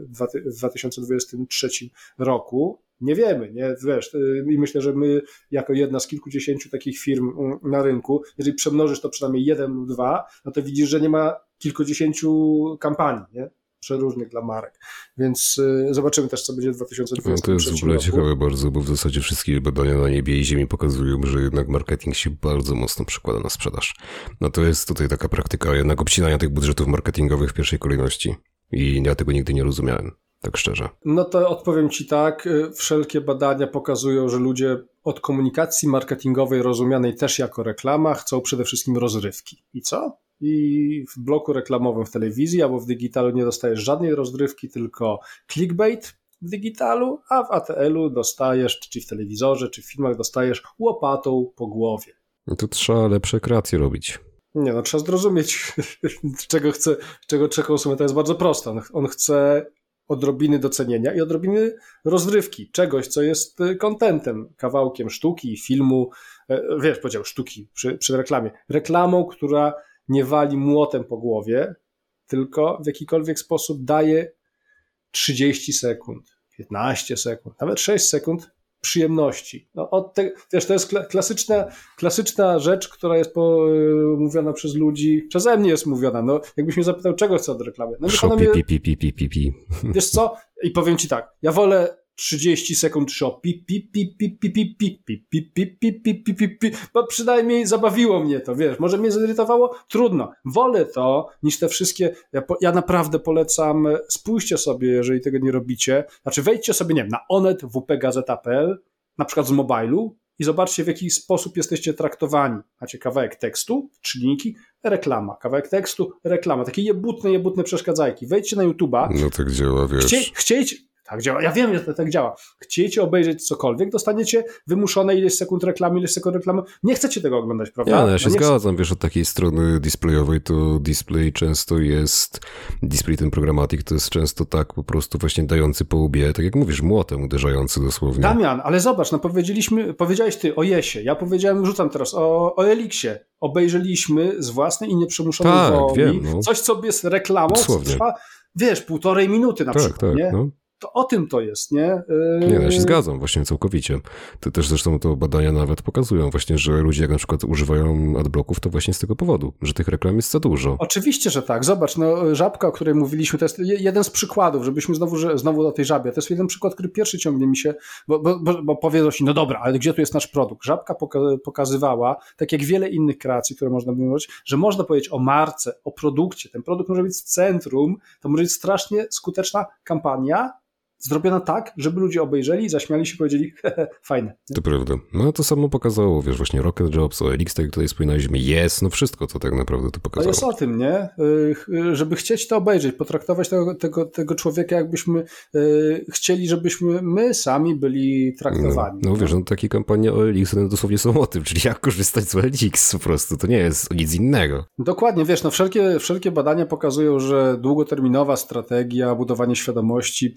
w dwa tysiące dwudziestym trzecim roku. Nie wiemy, nie? Wiesz, i myślę, że my jako jedna z kilkudziesięciu takich firm na rynku, jeżeli przemnożysz to przynajmniej jeden lub dwa, no to widzisz, że nie ma kilkudziesięciu kampanii, nie? Przeróżnych dla marek. Więc y, zobaczymy też, co będzie w dwa tysiące dwudziestym trzecim roku. No to jest w ogóle roku. Ciekawe bardzo, bo w zasadzie wszystkie badania na niebie i ziemi pokazują, że jednak marketing się bardzo mocno przekłada na sprzedaż. No to jest tutaj taka praktyka jednak obcinania tych budżetów marketingowych w pierwszej kolejności. I ja tego nigdy nie rozumiałem, tak szczerze. No to odpowiem ci tak, wszelkie badania pokazują, że ludzie od komunikacji marketingowej rozumianej też jako reklama chcą przede wszystkim rozrywki. I co? I w bloku reklamowym w telewizji albo w digitalu nie dostajesz żadnej rozrywki, tylko clickbait w digitalu, a w A T L-u dostajesz, czy w telewizorze, czy w filmach dostajesz łopatą po głowie. No to trzeba lepsze kreacje robić. Nie, no trzeba zrozumieć, czego chce, czego chce konsument. To jest bardzo proste. On, on chce odrobiny docenienia i odrobiny rozrywki, czegoś, co jest kontentem, kawałkiem sztuki, filmu, wiesz, powiedział sztuki przy, przy reklamie. Reklamą, która nie wali młotem po głowie, tylko w jakikolwiek sposób daje trzydzieści sekund, piętnaście sekund, nawet sześć sekund przyjemności. No, od te, wiesz, to jest klasyczna, klasyczna rzecz, która jest po, mówiona przez ludzi, przeze mnie jest mówiona. No, jakbyś mnie zapytał, czego chcę od reklamy. No, Shop, mnie, pi, pi, pi, pi, pi, pi. Wiesz co? I powiem ci tak, ja wolę trzydzieści sekund shop, pi, pi, pi, pi, pi, pi, pi, pi, pi, pi, pi, pi, pi, pi, pi, bo przynajmniej zabawiło mnie to, wiesz, może mnie zirytowało? Trudno. Wolę to, niż te wszystkie, ja, po, ja naprawdę polecam, spójrzcie sobie, jeżeli tego nie robicie, znaczy wejdźcie sobie, nie wiem, na onet w p gazeta kropka p l, na przykład z mobilu i zobaczcie, w jaki sposób jesteście traktowani. Macie kawałek tekstu, trzy linki, reklama, kawałek tekstu, reklama, takie jebutne, jebutne przeszkadzajki. Wejdźcie na YouTube'a. No tak działa, wiesz. Chcie, chcieć, tak działa, ja wiem, że to tak działa. Chcecie obejrzeć cokolwiek, dostaniecie wymuszone ileś sekund reklamy, ileś sekund reklamy. Nie chcecie tego oglądać, prawda? Ja, no ja się no zgadzam, chcę... wiesz, od takiej strony displayowej to display często jest, display ten programatik to jest często tak po prostu właśnie dający po łbie, tak jak mówisz, młotem uderzający dosłownie. Damian, ale zobacz, no powiedzieliśmy, powiedziałeś ty o Jesie, ja powiedziałem, rzucam teraz o, o Eliksie. Obejrzeliśmy z własnej i nieprzymuszonej tak, woli wiem, no. coś, co jest reklamą, co trwa, wiesz, półtorej minuty na tak, przykład, tak, nie? No. To o tym to jest, nie? Yy... Nie, no ja się zgadzam właśnie całkowicie. To też zresztą to badania nawet pokazują właśnie, że ludzie jak na przykład używają adblocków, to właśnie z tego powodu, że tych reklam jest za dużo. Oczywiście, że tak. Zobacz, no Żabka, o której mówiliśmy, to jest jeden z przykładów, żebyśmy znowu, że, znowu o tej Żabie. To jest jeden przykład, który pierwszy ciągnie mi się, bo, bo, bo, bo powiedzą się, no dobra, ale gdzie tu jest nasz produkt? Żabka poka- pokazywała, tak jak wiele innych kreacji, które można by mówić, że można powiedzieć o marce, o produkcie. Ten produkt może być w centrum, to może być strasznie skuteczna kampania, zrobiona tak, żeby ludzie obejrzeli, zaśmiali się i powiedzieli, hehe, fajne. Nie? To prawda. No to samo pokazało, wiesz, właśnie Rocket Jobs, o Elix, tak jak tutaj wspominaliśmy, jest, no wszystko to tak naprawdę to pokazało. To jest o tym, nie? Żeby chcieć to obejrzeć, potraktować tego, tego, tego człowieka, jakbyśmy chcieli, żebyśmy my sami byli traktowani. No, no wiesz, no takie kampanie o Elix, one dosłownie są o tym, czyli jak korzystać z Elix po prostu, to nie jest nic innego. Dokładnie, wiesz, no wszelkie, wszelkie badania pokazują, że długoterminowa strategia, budowanie świadomości przekłada się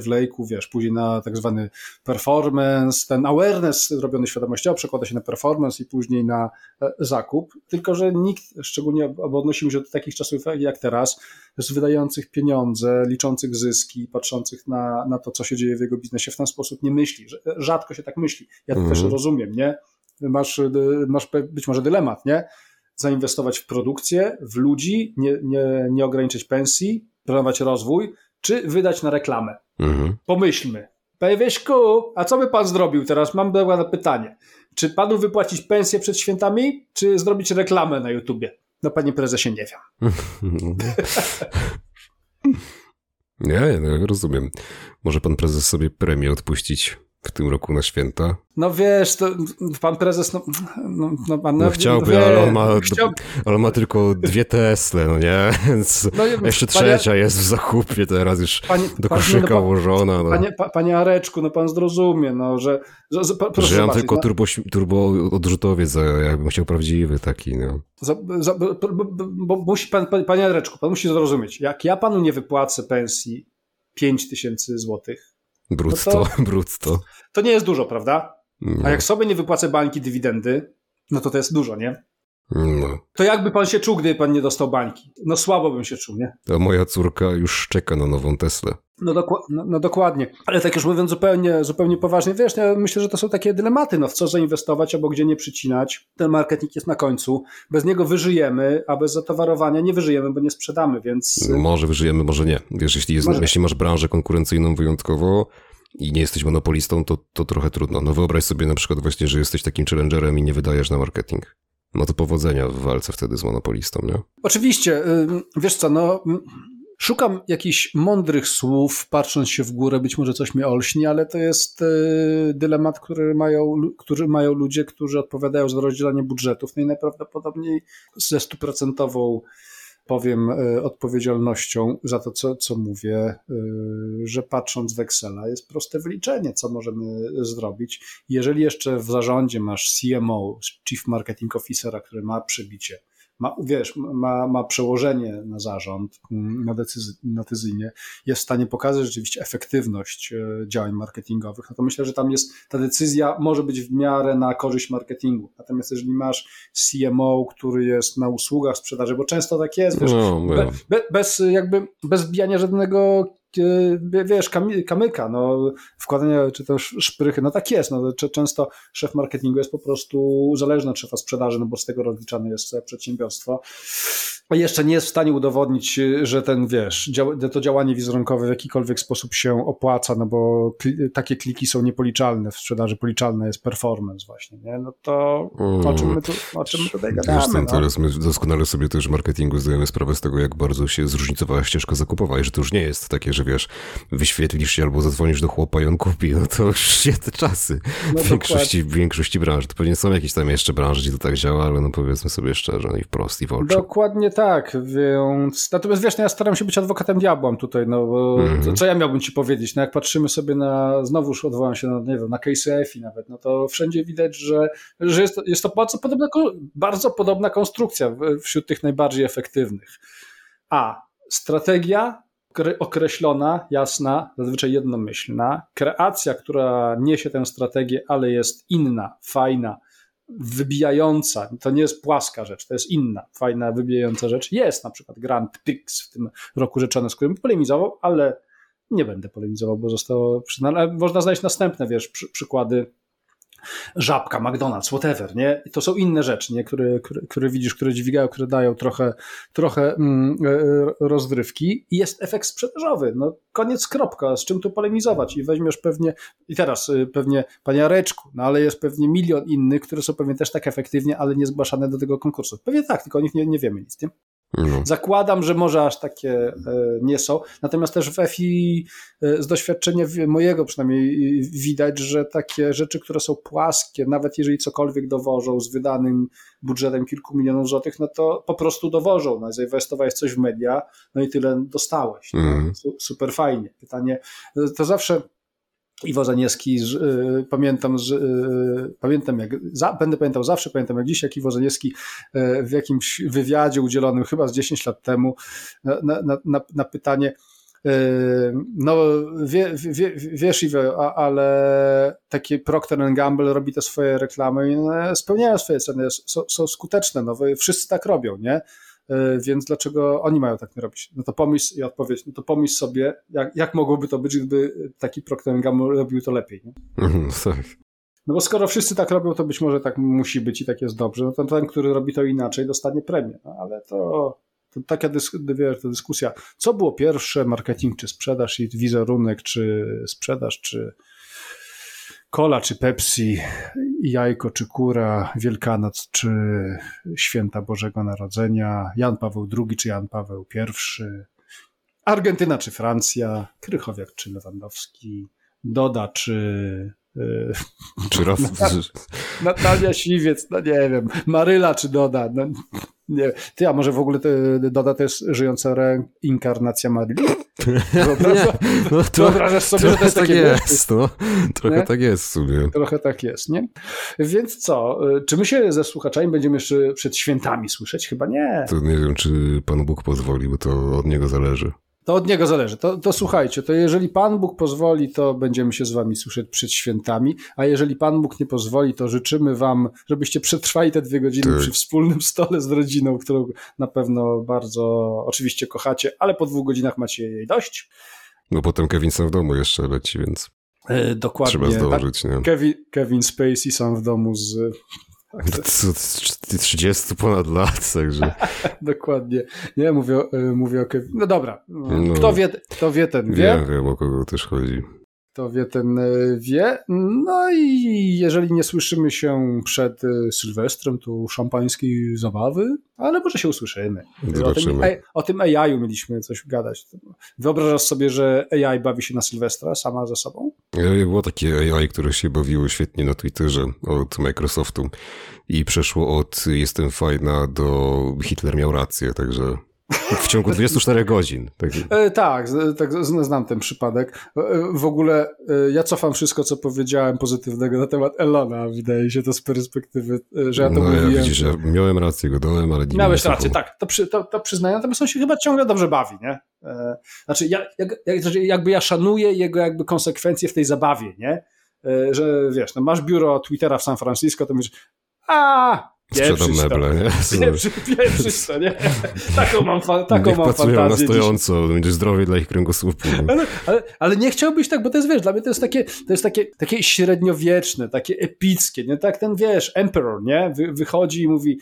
się w lejku, wiesz, później na tak zwany performance, ten awareness robiony świadomościowo przekłada się na performance i później na zakup, tylko że nikt, szczególnie, bo odnosimy się do takich czasów jak teraz, z wydających pieniądze, liczących zyski, patrzących na, na to, co się dzieje w jego biznesie, w ten sposób nie myśli. Rzadko się tak myśli. Ja to mm. też rozumiem, nie? Masz, masz być może dylemat, nie? Zainwestować w produkcję, w ludzi, nie, nie, nie ograniczyć pensji, planować rozwój, czy wydać na reklamę. Mm. Pomyślmy. Panie Wieśku, a co by pan zrobił teraz? Mam na pytanie. Czy panu wypłacić pensję przed świętami, czy zrobić reklamę na YouTubie? No panie prezesie, nie wiem. Nie, no, rozumiem. Może pan prezes sobie premię odpuścić w tym roku na święta? No wiesz, to pan prezes, no... No, no, pan, no chciałby, wie, ale, on ma, chciał... ale on ma tylko dwie Tesle, no nie? Więc no, jeszcze panie, trzecia jest w zakupie teraz już panie, do koszyka panie, no, włożona. No. Panie, pa, panie Areczku, no pan zrozumie, no, że... że, że proszę że ja mam tylko no. turbo, turbo odrzutowiec, jakbym chciał prawdziwy taki, no. Za, za, bo, bo, bo musi pan, panie Areczku, pan musi zrozumieć, jak ja panu nie wypłacę pensji pięć tysięcy złotych, brutto, no to, brutto. To nie jest dużo, prawda? No. A jak sobie nie wypłacę bańki dywidendy, no to to jest dużo, nie? No. To jakby pan się czuł, gdyby pan nie dostał bańki? No słabo bym się czuł, nie? A moja córka już czeka na nową Teslę. No, doku- no, no dokładnie. Ale tak już mówiąc zupełnie, zupełnie poważnie, wiesz, ja myślę, że to są takie dylematy, no w co zainwestować, albo gdzie nie przycinać. Ten marketing jest na końcu. Bez niego wyżyjemy, a bez zatowarowania nie wyżyjemy, bo nie sprzedamy, więc... Może wyżyjemy, może nie. Wiesz, jeśli, jest, jeśli masz branżę konkurencyjną wyjątkowo i nie jesteś monopolistą, to, to trochę trudno. No wyobraź sobie na przykład właśnie, że jesteś takim challengerem i nie wydajesz na marketing. No to powodzenia w walce wtedy z monopolistą, nie? Oczywiście. Wiesz co, no... Szukam jakichś mądrych słów, patrząc się w górę, być może coś mnie olśni, ale to jest dylemat, który mają, który mają ludzie, którzy odpowiadają za rozdzielanie budżetów. No i najprawdopodobniej ze stuprocentową, powiem, odpowiedzialnością za to, co, co mówię, że patrząc w Excela jest proste wyliczenie, co możemy zrobić. Jeżeli jeszcze w zarządzie masz C M O, Chief Marketing Officera, który ma przebicie, ma, wiesz, ma, ma przełożenie na zarząd, na, decyzy, na decyzyjnie, jest w stanie pokazać rzeczywiście efektywność działań marketingowych, no to myślę, że tam jest, ta decyzja może być w miarę na korzyść marketingu. Natomiast jeżeli masz C M O, który jest na usługach sprzedaży, bo często tak jest, wiesz, no, be, be, bez jakby, bez wbijania żadnego wiesz, kamyka, no, wkładania czy też szprychy, no tak jest, no, często szef marketingu jest po prostu zależny od szefa sprzedaży, no bo z tego rozliczane jest przedsiębiorstwo. A jeszcze nie jest w stanie udowodnić, że ten, wiesz, to działanie wizerunkowe w jakikolwiek sposób się opłaca, no bo kli- takie kliki są niepoliczalne w sprzedaży, policzalne jest performance właśnie, nie? No to mm. o czym my tu, o czym my tutaj gadamy? Wiesz, no? Teraz my doskonale sobie też w marketingu zdajemy sprawę z tego, jak bardzo się zróżnicowała ścieżka zakupowa i że to już nie jest takie, że wiesz, wyświetlisz się albo zadzwonisz do chłopa i on kupi, no to już nie te czasy. No w większości, w większości branż. To pewnie są jakieś tam jeszcze branże, gdzie to tak działa, ale no powiedzmy sobie szczerze, no i wprost i w oczy. Dokładnie tak, więc natomiast wiesz, no ja staram się być adwokatem diabła tutaj, no bo mm-hmm. co, co ja miałbym ci powiedzieć, no jak patrzymy sobie na, znowuż odwołam się na, nie wiem, na K C F i nawet, no to wszędzie widać, że, że jest, jest to bardzo podobna, bardzo podobna konstrukcja wśród tych najbardziej efektywnych. A strategia określona, jasna, zazwyczaj jednomyślna, kreacja, która niesie tę strategię, ale jest inna, fajna, wybijająca, to nie jest płaska rzecz, to jest inna, fajna, wybijająca rzecz. Jest na przykład Grand Prix w tym roku rzeczony, z którym polemizował, ale nie będę polemizował, bo zostało przynajmniej, można znaleźć następne, wiesz, przy, przykłady Żabka, McDonald's, whatever, nie? I to są inne rzeczy, nie? Które, które, które widzisz, które dźwigają, które dają trochę, trochę mm, rozrywki i jest efekt sprzedażowy. No koniec, kropka, z czym tu polemizować? I weźmiesz pewnie, i teraz pewnie panie Areczku, no ale jest pewnie milion innych, które są pewnie też tak efektywnie, ale nie zgłaszane do tego konkursu. Pewnie tak, tylko o nich nie, nie wiemy nic, nie? Mhm. Zakładam, że może aż takie nie są, natomiast też w F I z doświadczenia mojego przynajmniej widać, że takie rzeczy, które są płaskie, nawet jeżeli cokolwiek dowożą z wydanym budżetem kilku milionów złotych, no to po prostu dowożą, no, zainwestowałeś coś w media, no i tyle dostałeś. Mhm. No, super fajnie. Pytanie, to zawsze Iwo Zaniewski, y, pamiętam, y, pamiętam jak, za, będę pamiętał zawsze, pamiętam jak dziś, jak Iwo Zaniewski y, w jakimś wywiadzie udzielonym chyba z dziesięć lat temu na, na, na, na pytanie, No, wie, wie, wiesz, Iwe, ale taki Procter and Gamble robi te swoje reklamy i spełniają swoje ceny, są, są skuteczne, no, wszyscy tak robią, nie? Więc dlaczego oni mają tak nie robić? No to pomyśl i odpowiedź, no to pomyśl sobie, jak, jak mogłoby to być, gdyby taki Procter and Gamble robił to lepiej, nie? No bo skoro wszyscy tak robią, to być może tak musi być i tak jest dobrze, no to ten, który robi to inaczej, dostanie premię, no ale to... To taka dysk, wiesz, to dyskusja, co było pierwsze, marketing czy sprzedaż i wizerunek, czy sprzedaż, czy Cola, czy Pepsi, jajko, czy kura, Wielkanoc, czy Święta Bożego Narodzenia, Jan Paweł drugi, czy Jan Paweł pierwszy, Argentyna, czy Francja, Krychowiak, czy Lewandowski, Doda, czy... Czy raz... Natalia Siwiec, no nie wiem, Maryla, czy Doda, no nie. Ty, a może w ogóle te, Doda to jest żyjąca reinkarnacja Maryli? No to, wyobrażasz sobie, że to jest tak takie... jest, no. Trochę nie? tak jest w sumie. Trochę tak jest, nie? Więc co, czy my się ze słuchaczami będziemy jeszcze przed świętami słyszeć? Chyba nie. To nie wiem, czy Pan Bóg pozwoli, bo to od Niego zależy. To od Niego zależy. To, to słuchajcie, to jeżeli Pan Bóg pozwoli, to będziemy się z wami słyszeć przed świętami, a jeżeli Pan Bóg nie pozwoli, to życzymy wam, żebyście przetrwali te dwie godziny tak. przy wspólnym stole z rodziną, którą na pewno bardzo oczywiście kochacie, ale po dwóch godzinach macie jej dość. No potem Kevin sam w domu jeszcze leci, więc e, dokładnie, trzeba zdążyć. Tak? Nie? Kevin, Kevin Spacey sam w domu z... trzydzieści ponad lat, także... Dokładnie. Nie, mówię, mówię o Kevin. No dobra. No, kto wie, kto wie, ten wie. Wiem, wiem, o kogo też chodzi. Kto wie, ten wie. No i jeżeli nie słyszymy się przed Sylwestrem, to szampańskiej zabawy, ale może się usłyszymy. Zobaczymy. O tym, o tym A I-u mieliśmy coś gadać. Wyobrażasz sobie, że A I bawi się na Sylwestra sama ze sobą? Było takie A I, które się bawiło świetnie na Twitterze od Microsoftu i przeszło od jestem fajna do Hitler miał rację, także... W ciągu dwudziestu czterech godzin. Tak, e, tak, tak, znam ten przypadek. W ogóle e, ja cofam wszystko, co powiedziałem pozytywnego na temat Elona. Wydaje się to z perspektywy, że ja to no, mówiłem. Ja widzisz, ja miałem rację, go dałem, ale nie Miałeś rację, tak. To, przy, to, to przyznaję, natomiast on się chyba ciągle dobrze bawi, nie? E, znaczy, ja, jak, jakby ja szanuję jego jakby konsekwencje w tej zabawie, nie? E, że wiesz, no masz biuro Twittera w San Francisco, to mówisz, a sprzedam meble, nie? Pieprzyć to, nie? Taką mam, fa- taką Niech mam pracują fantazję. na stojąco, będzie zdrowie dla ich kręgosłupu. Ale, ale, ale nie chciałbyś tak, bo to jest, wiesz, dla mnie to jest takie, to jest takie, takie średniowieczne, takie epickie, nie? Tak ten, wiesz, emperor, nie? Wy, wychodzi i mówi,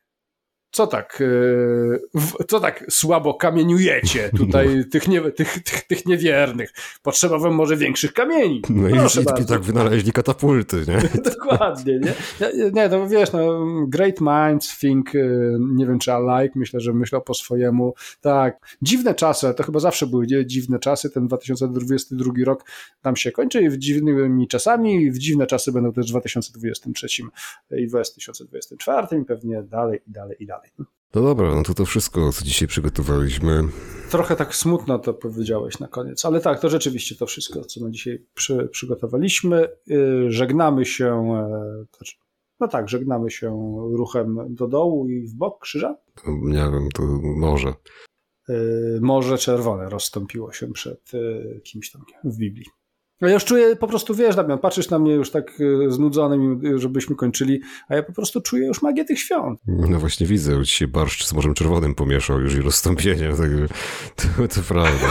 co tak, yy, co tak słabo kamieniujecie tutaj no. tych, nie, tych, tych, tych niewiernych. Potrzeba wam może większych kamieni. No Proszę i, i tak wynaleźli katapulty, nie? Dokładnie, nie? Nie, to wiesz, no, great minds think, nie wiem czy alike, myślę, że myślał po swojemu. Tak, dziwne czasy, to chyba zawsze były nie? dziwne czasy, ten dwa tysiące dwudziesty drugi rok nam się kończy i w dziwnymi czasami, w dziwne czasy będą też w dwa tysiące dwudziestym trzecim i w dwa tysiące dwudziestym czwartym i pewnie dalej i dalej i dalej. No dobra, no to to wszystko, co dzisiaj przygotowaliśmy. Trochę tak smutno to powiedziałeś na koniec, ale tak, to rzeczywiście to wszystko, co na dzisiaj przy, przygotowaliśmy. Yy, żegnamy się, yy, no tak, żegnamy się ruchem do dołu i w bok krzyża. Nie wiem, to może. Yy, Morze Czerwone rozstąpiło się przed yy, kimś tam w Biblii. Ja już czuję, po prostu wiesz, Damian, patrzysz na mnie już tak znudzonym, żebyśmy kończyli, a ja po prostu czuję już magię tych świąt. No właśnie widzę, już się barszcz z Morzem Czerwonym pomieszał już i rozstąpieniem, także to, to prawda.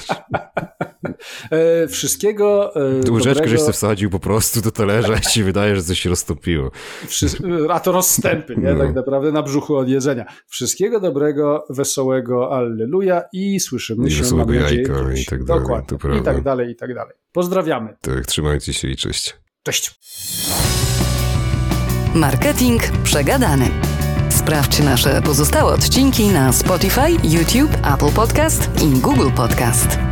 e, wszystkiego e, Łyżeczkę dobrego... żeś sobie wsadził po prostu do talerza i ci wydaje, że coś się roztopiło. Wszy... A to rozstępy, nie? No. Tak naprawdę na brzuchu od jedzenia. Wszystkiego dobrego, wesołego, alleluja i słyszymy I się, wesołego mam nadzieję, jajka i tak dalej. Dokładnie. To prawda. I tak dalej, i tak dalej. Pozdrawiamy. Tak, trzymajcie się i cześć. Cześć. Marketing przegadany. Sprawdź nasze pozostałe odcinki na Spotify, YouTube, Apple Podcast i Google Podcast.